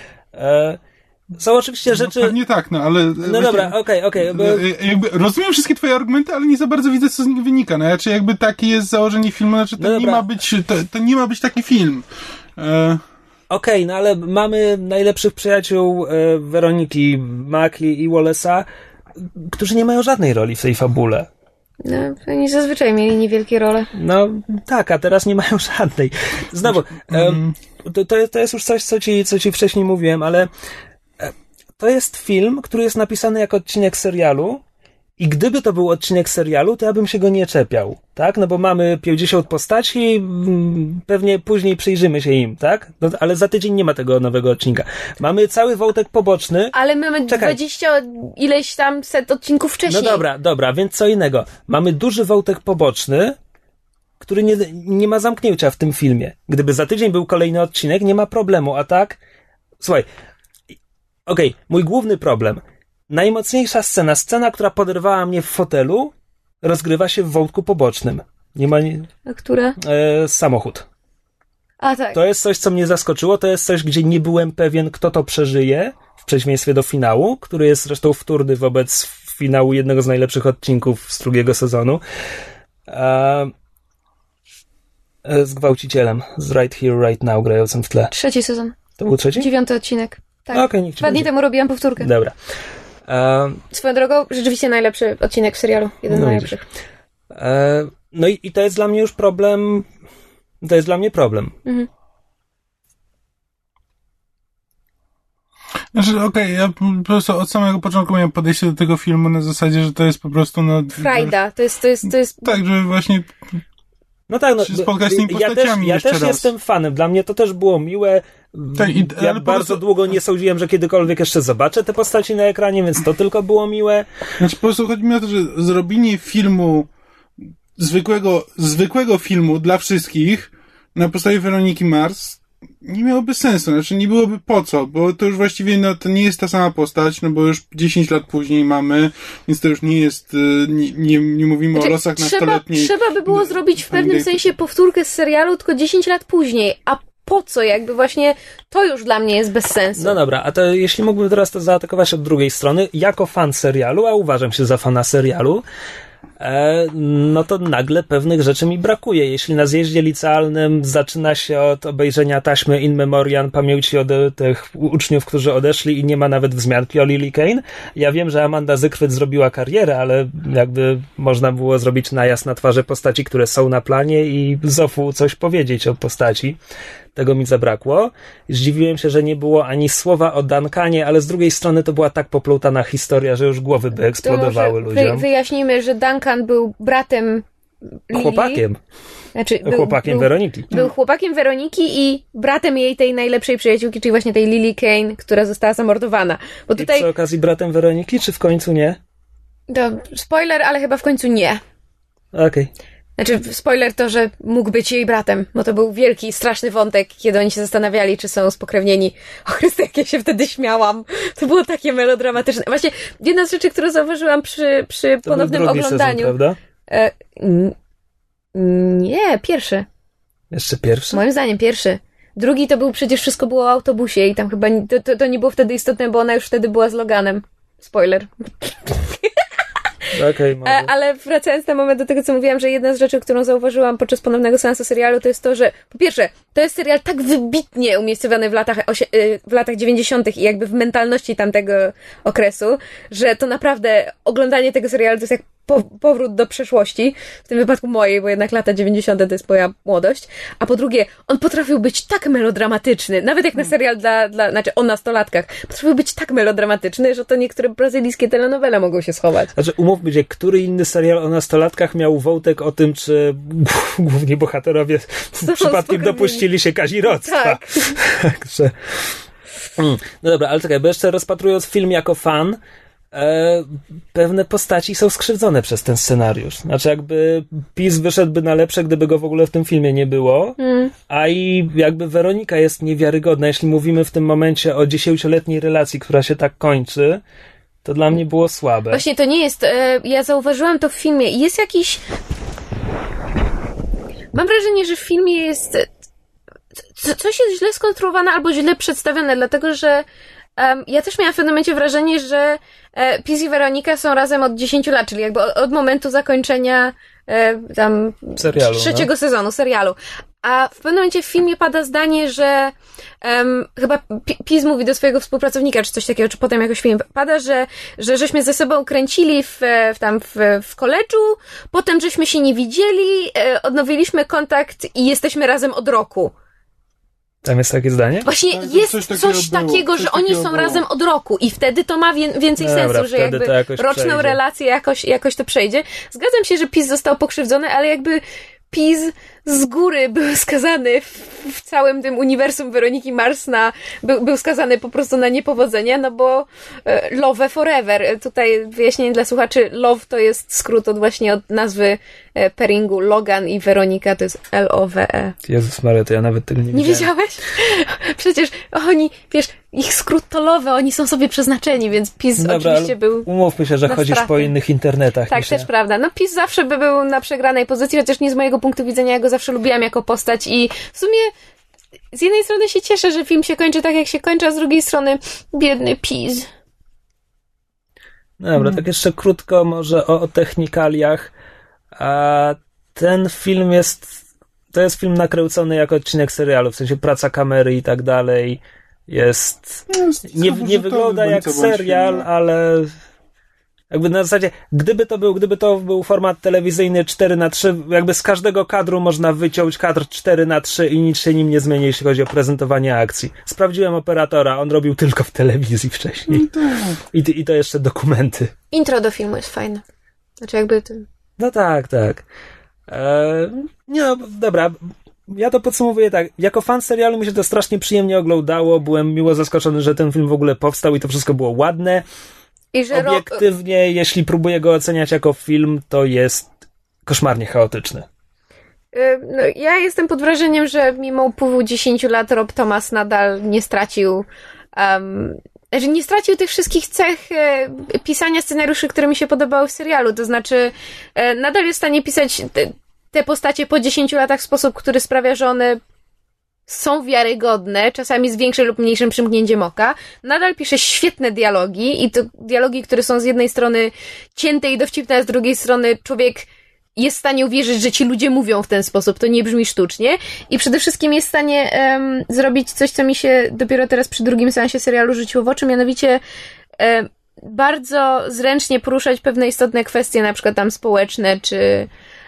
Są oczywiście rzeczy... No pewnie tak, ale... No dobra, okej. Jakby rozumiem wszystkie twoje argumenty, ale nie za bardzo widzę, co z nich wynika. No, znaczy jakby takie jest założenie filmu, znaczy to nie ma być taki film. Okej, no ale mamy najlepszych przyjaciół Weroniki, Mac i Wallace'a, którzy nie mają żadnej roli w tej fabule. No, oni zazwyczaj mieli niewielkie role. No tak, a teraz nie mają żadnej. Znowu, to jest już coś, co ci wcześniej mówiłem, ale to jest film, który jest napisany jako odcinek serialu i gdyby to był odcinek serialu, to ja bym się go nie czepiał, tak? No bo mamy 50 postaci, pewnie później przyjrzymy się im, tak? No, ale za tydzień nie ma tego nowego odcinka. Mamy cały wątek poboczny. Ale mamy 20 ileś tam set odcinków wcześniej. No dobra, więc co innego. Mamy duży wątek poboczny, który nie ma zamknięcia w tym filmie. Gdyby za tydzień był kolejny odcinek, nie ma problemu, a tak? Słuchaj, okej, mój główny problem. Najmocniejsza scena, która poderwała mnie w fotelu, rozgrywa się w wątku pobocznym. Nie ma... A która? Samochód. A tak. To jest coś, co mnie zaskoczyło, to jest coś, gdzie nie byłem pewien, kto to przeżyje, w przeciwieństwie do finału, który jest zresztą wtórny wobec finału jednego z najlepszych odcinków z drugiego sezonu. Z gwałcicielem, z Right Here, Right Now grającym w tle. 3. sezon. To był 3? 9. odcinek. Tak. Okay, niech 2 dni temu robiłam powtórkę. Dobra. Swoją drogą, rzeczywiście najlepszy odcinek w serialu. Jeden z najlepszych. No i to jest dla mnie już problem. To jest dla mnie problem. Mhm. Znaczy, ja po prostu od samego początku miałem podejście do tego filmu na zasadzie, że to jest po prostu frajda. To jest... Tak, żeby właśnie... No tak, no, spotkać z tymi postaciami ja też raz. jestem fanem. Dla mnie to też było miłe. Tak, ja bardzo długo nie sądziłem, że kiedykolwiek jeszcze zobaczę te postaci na ekranie, więc to tylko było miłe. Znaczy, po prostu chodzi mi o to, że zrobienie filmu, zwykłego filmu dla wszystkich na podstawie Weroniki Mars nie miałoby sensu, znaczy nie byłoby po co, bo to już właściwie to nie jest ta sama postać, no bo już 10 lat później mamy, więc to już nie jest, nie mówimy o losach nastoletniej. Trzeba by było zrobić w pewnym sensie powtórkę z serialu, tylko 10 lat później, a po co? Jakby właśnie to już dla mnie jest bez sensu. No dobra, a to jeśli mógłbym teraz to zaatakować od drugiej strony, jako fan serialu, a uważam się za fana serialu, no to nagle pewnych rzeczy mi brakuje. Jeśli na zjeździe licealnym zaczyna się od obejrzenia taśmy In Memoriam pamięci o tych uczniów, którzy odeszli i nie ma nawet wzmianki o Lily Kane. Ja wiem, że Amanda Seyfried zrobiła karierę, ale jakby można było zrobić najazd na twarze postaci, które są na planie i Zofu coś powiedzieć o postaci. Tego mi zabrakło. Zdziwiłem się, że nie było ani słowa o Duncanie, ale z drugiej strony to była tak poplątana historia, że już głowy by eksplodowały ludziom. Wyjaśnijmy, że Duncan był bratem Lily. Chłopakiem. Znaczy, chłopakiem Weroniki. Był chłopakiem Weroniki i bratem jej tej najlepszej przyjaciółki, czyli właśnie tej Lily Kane, która została zamordowana. Bo tutaj... I przy okazji bratem Weroniki, czy w końcu nie? To spoiler, ale chyba w końcu nie. Okej. Znaczy, spoiler to, że mógł być jej bratem, bo to był wielki, straszny wątek, kiedy oni się zastanawiali, czy są spokrewnieni. O Chryste, jak ja się wtedy śmiałam. To było takie melodramatyczne. Właśnie jedna z rzeczy, którą zauważyłam przy ponownym oglądaniu... Sezon, prawda? Nie, pierwszy. Jeszcze pierwszy? Moim zdaniem pierwszy. Drugi to był, przecież wszystko było o autobusie i tam chyba to nie było wtedy istotne, bo ona już wtedy była z Loganem. Spoiler. Okay, ale wracając na moment do tego, co mówiłam, że jedna z rzeczy, którą zauważyłam podczas ponownego seansu serialu, to jest to, że po pierwsze, to jest serial tak wybitnie umiejscowiony w latach 90. i jakby w mentalności tamtego okresu, że to naprawdę oglądanie tego serialu to jest jak powrót do przeszłości, w tym wypadku mojej, bo jednak lata 90. to jest moja młodość, a po drugie, on potrafił być tak melodramatyczny, nawet jak na serial znaczy o nastolatkach, potrafił być tak melodramatyczny, że to niektóre brazylijskie telenowele mogą się schować. Znaczy, umówmy się, który inny serial o nastolatkach miał wątek o tym, czy główni bohaterowie przypadkiem dopuścili się kazirodztwa. Tak. Także... No dobra, ale czekaj, bo jeszcze rozpatrując film jako fan, pewne postaci są skrzywdzone przez ten scenariusz. Znaczy jakby PiS wyszedłby na lepsze, gdyby go w ogóle w tym filmie nie było, a i jakby Weronika jest niewiarygodna. Jeśli mówimy w tym momencie o 10-letniej relacji, która się tak kończy, to dla mnie było słabe. Właśnie to nie jest... ja zauważyłam to w filmie. Jest jakiś... Mam wrażenie, że w filmie jest... coś jest źle skonstruowane albo źle przedstawione, dlatego że ja też miałam w pewnym momencie wrażenie, że PiS i Weronika są razem od 10 lat, czyli jakby od momentu zakończenia tam serialu, 3. sezonu serialu. A w pewnym momencie w filmie pada zdanie, że chyba PiS mówi do swojego współpracownika, czy coś takiego, czy potem jakoś film pada, że żeśmy ze sobą kręcili w college'u, potem żeśmy się nie widzieli, odnowiliśmy kontakt i jesteśmy razem od roku. Tam jest takie zdanie? Właśnie Tak, jest coś takiego, że oni są razem od roku i wtedy to ma więcej sensu, że jakby roczną przejdzie. relację jakoś to przejdzie. Zgadzam się, że PiS został pokrzywdzony, ale jakby PiS z góry był skazany w całym tym uniwersum Weroniki Mars był skazany po prostu na niepowodzenia, no bo Love Forever. Tutaj wyjaśnienie dla słuchaczy, Love to jest skrót właśnie od nazwy pairingu Logan i Weronika, to jest L-O-V-E. Jezus Maria, to ja nawet tego nie wiedziałeś? Przecież oni, wiesz, ich skrót to Love, oni są sobie przeznaczeni, więc PiS oczywiście był. Umówmy się, że chodzisz po innych internetach. Tak, też prawda. No PiS zawsze by był na przegranej pozycji, chociaż nie z mojego punktu widzenia, ja go zawsze lubiłam jako postać i w sumie z jednej strony się cieszę, że film się kończy tak, jak się kończy, a z drugiej strony biedny PiS. Dobra, tak jeszcze krótko może o technikaliach. A ten film to jest film nakręcony jako odcinek serialu, w sensie praca kamery i tak dalej. Nie wygląda jak serial, ale jakby na zasadzie, gdyby to był format telewizyjny 4:3, jakby z każdego kadru można wyciąć kadr 4:3 i nic się nim nie zmieni, jeśli chodzi o prezentowanie akcji. Sprawdziłem operatora, on robił tylko w telewizji wcześniej. I to jeszcze dokumenty. Intro do filmu jest fajne. Znaczy jakby... No tak. Dobra. Ja to podsumowuję tak. Jako fan serialu mi się to strasznie przyjemnie oglądało. Byłem miło zaskoczony, że ten film w ogóle powstał i to wszystko było ładne. I że obiektywnie, jeśli próbuję go oceniać jako film, to jest koszmarnie chaotyczny. No, ja jestem pod wrażeniem, że mimo upływu 10 lat Rob Thomas nadal nie stracił że nie stracił tych wszystkich cech pisania scenariuszy, które mi się podobały w serialu. To znaczy nadal jest w stanie pisać te postacie po 10 latach w sposób, który sprawia, że one są wiarygodne, czasami z większym lub mniejszym przymknięciem oka. Nadal pisze świetne dialogi i to dialogi, które są z jednej strony cięte i dowcipne, a z drugiej strony człowiek jest w stanie uwierzyć, że ci ludzie mówią w ten sposób, to nie brzmi sztucznie i przede wszystkim jest w stanie zrobić coś, co mi się dopiero teraz przy drugim seansie serialu rzuciło w oczy, mianowicie bardzo zręcznie poruszać pewne istotne kwestie, na przykład tam społeczne, czy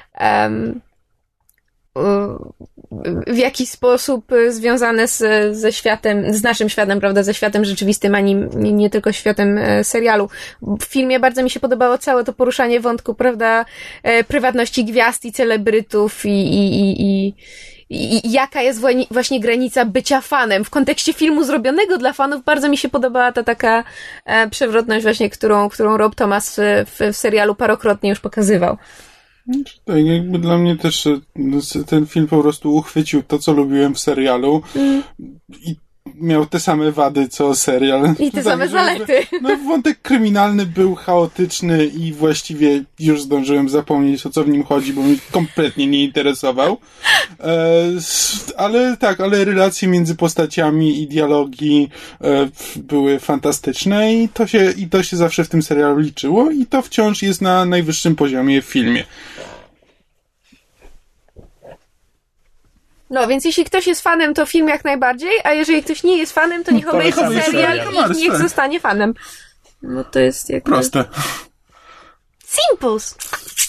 w jakiś sposób związane ze światem, z naszym światem, prawda, ze światem rzeczywistym, a nie tylko światem serialu. W filmie bardzo mi się podobało całe to poruszanie wątku, prawda, prywatności gwiazd i celebrytów i jaka jest właśnie granica bycia fanem. W kontekście filmu zrobionego dla fanów bardzo mi się podobała ta taka przewrotność właśnie, którą Rob Thomas w serialu parokrotnie już pokazywał. Tak, jakby dla mnie też ten film po prostu uchwycił to, co lubiłem w serialu i miał te same wady, co serial. I te same zalety. Wątek kryminalny był chaotyczny i właściwie już zdążyłem zapomnieć, o co w nim chodzi, bo mnie kompletnie nie interesował. Ale relacje między postaciami i dialogi były fantastyczne i to się zawsze w tym serialu liczyło i to wciąż jest na najwyższym poziomie w filmie. No, więc jeśli ktoś jest fanem, to film jak najbardziej, a jeżeli ktoś nie jest fanem, to niech obejrzy serial i niech zostanie fanem. No to jest jakby... Proste. Simples.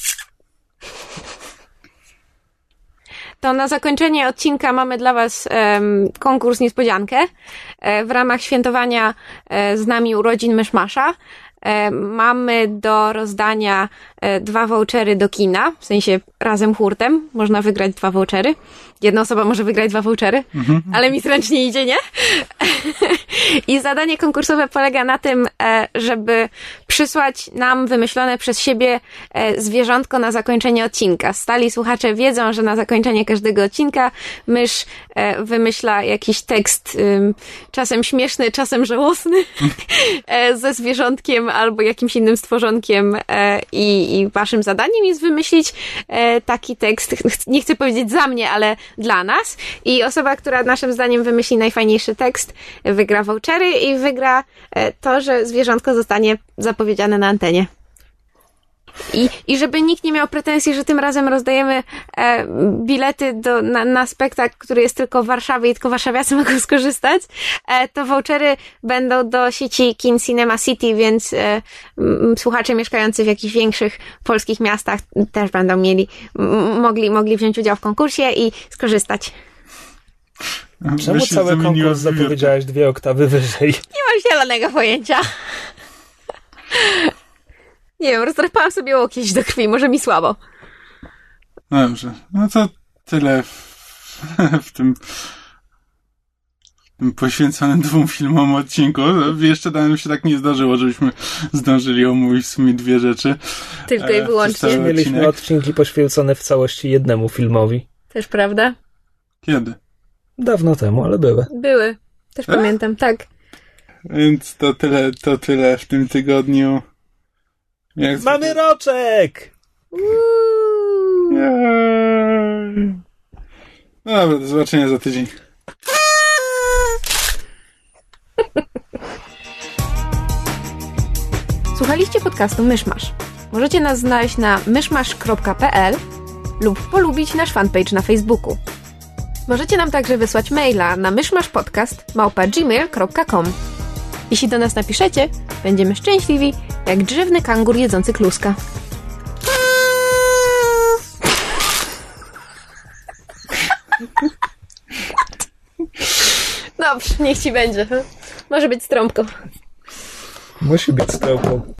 To na zakończenie odcinka mamy dla Was konkurs niespodziankę. W ramach świętowania z nami urodzin Myszmasza mamy do rozdania 2 vouchery do kina, w sensie razem hurtem. Można wygrać 2 vouchery. Jedna osoba może wygrać 2 vouchery, ale mi zręcznie idzie, nie? I zadanie konkursowe polega na tym, żeby przysłać nam wymyślone przez siebie zwierzątko na zakończenie odcinka. Stali słuchacze wiedzą, że na zakończenie każdego odcinka mysz wymyśla jakiś tekst, czasem śmieszny, czasem żałosny, ze zwierzątkiem albo jakimś innym stworzonkiem i waszym zadaniem jest wymyślić taki tekst, nie chcę powiedzieć za mnie, ale dla nas. I osoba, która naszym zdaniem wymyśli najfajniejszy tekst, wygra vouchery i wygra to, że zwierzątko zostanie zapowiedziane na antenie. I żeby nikt nie miał pretensji, że tym razem rozdajemy bilety na spektakl, który jest tylko w Warszawie i tylko warszawiacy mogą skorzystać, to vouchery będą do sieci Kin Cinema City, więc słuchacze mieszkający w jakichś większych polskich miastach też będą mogli wziąć udział w konkursie i skorzystać. Czemu cały konkurs zapowiedziałaś 2 oktawy wyżej? Nie mam zielonego pojęcia. Nie wiem, rozdrapałam sobie łokieć do krwi, może mi słabo. Dobrze, no to tyle w tym poświęconym 2 filmom odcinku. Jeszcze nam się tak nie zdarzyło, żebyśmy zdążyli omówić w sumie 2 rzeczy. Tylko i wyłącznie. Mieliśmy odcinki poświęcone w całości jednemu filmowi. Też prawda? Kiedy? Dawno temu, ale były. Były. Też pamiętam, tak. Więc to tyle w tym tygodniu. Mamy roczek! No dobra, do zobaczenia za tydzień. Słuchaliście podcastu Myszmasz. Możecie nas znaleźć na myszmasz.pl lub polubić nasz fanpage na Facebooku. Możecie nam także wysłać maila na myszmaszpodcast@gmail.com. Jeśli do nas napiszecie, będziemy szczęśliwi jak drzewny kangur jedzący kluska. Dobrze, niech ci będzie. Może być z trąbką. Musi być z trąbką.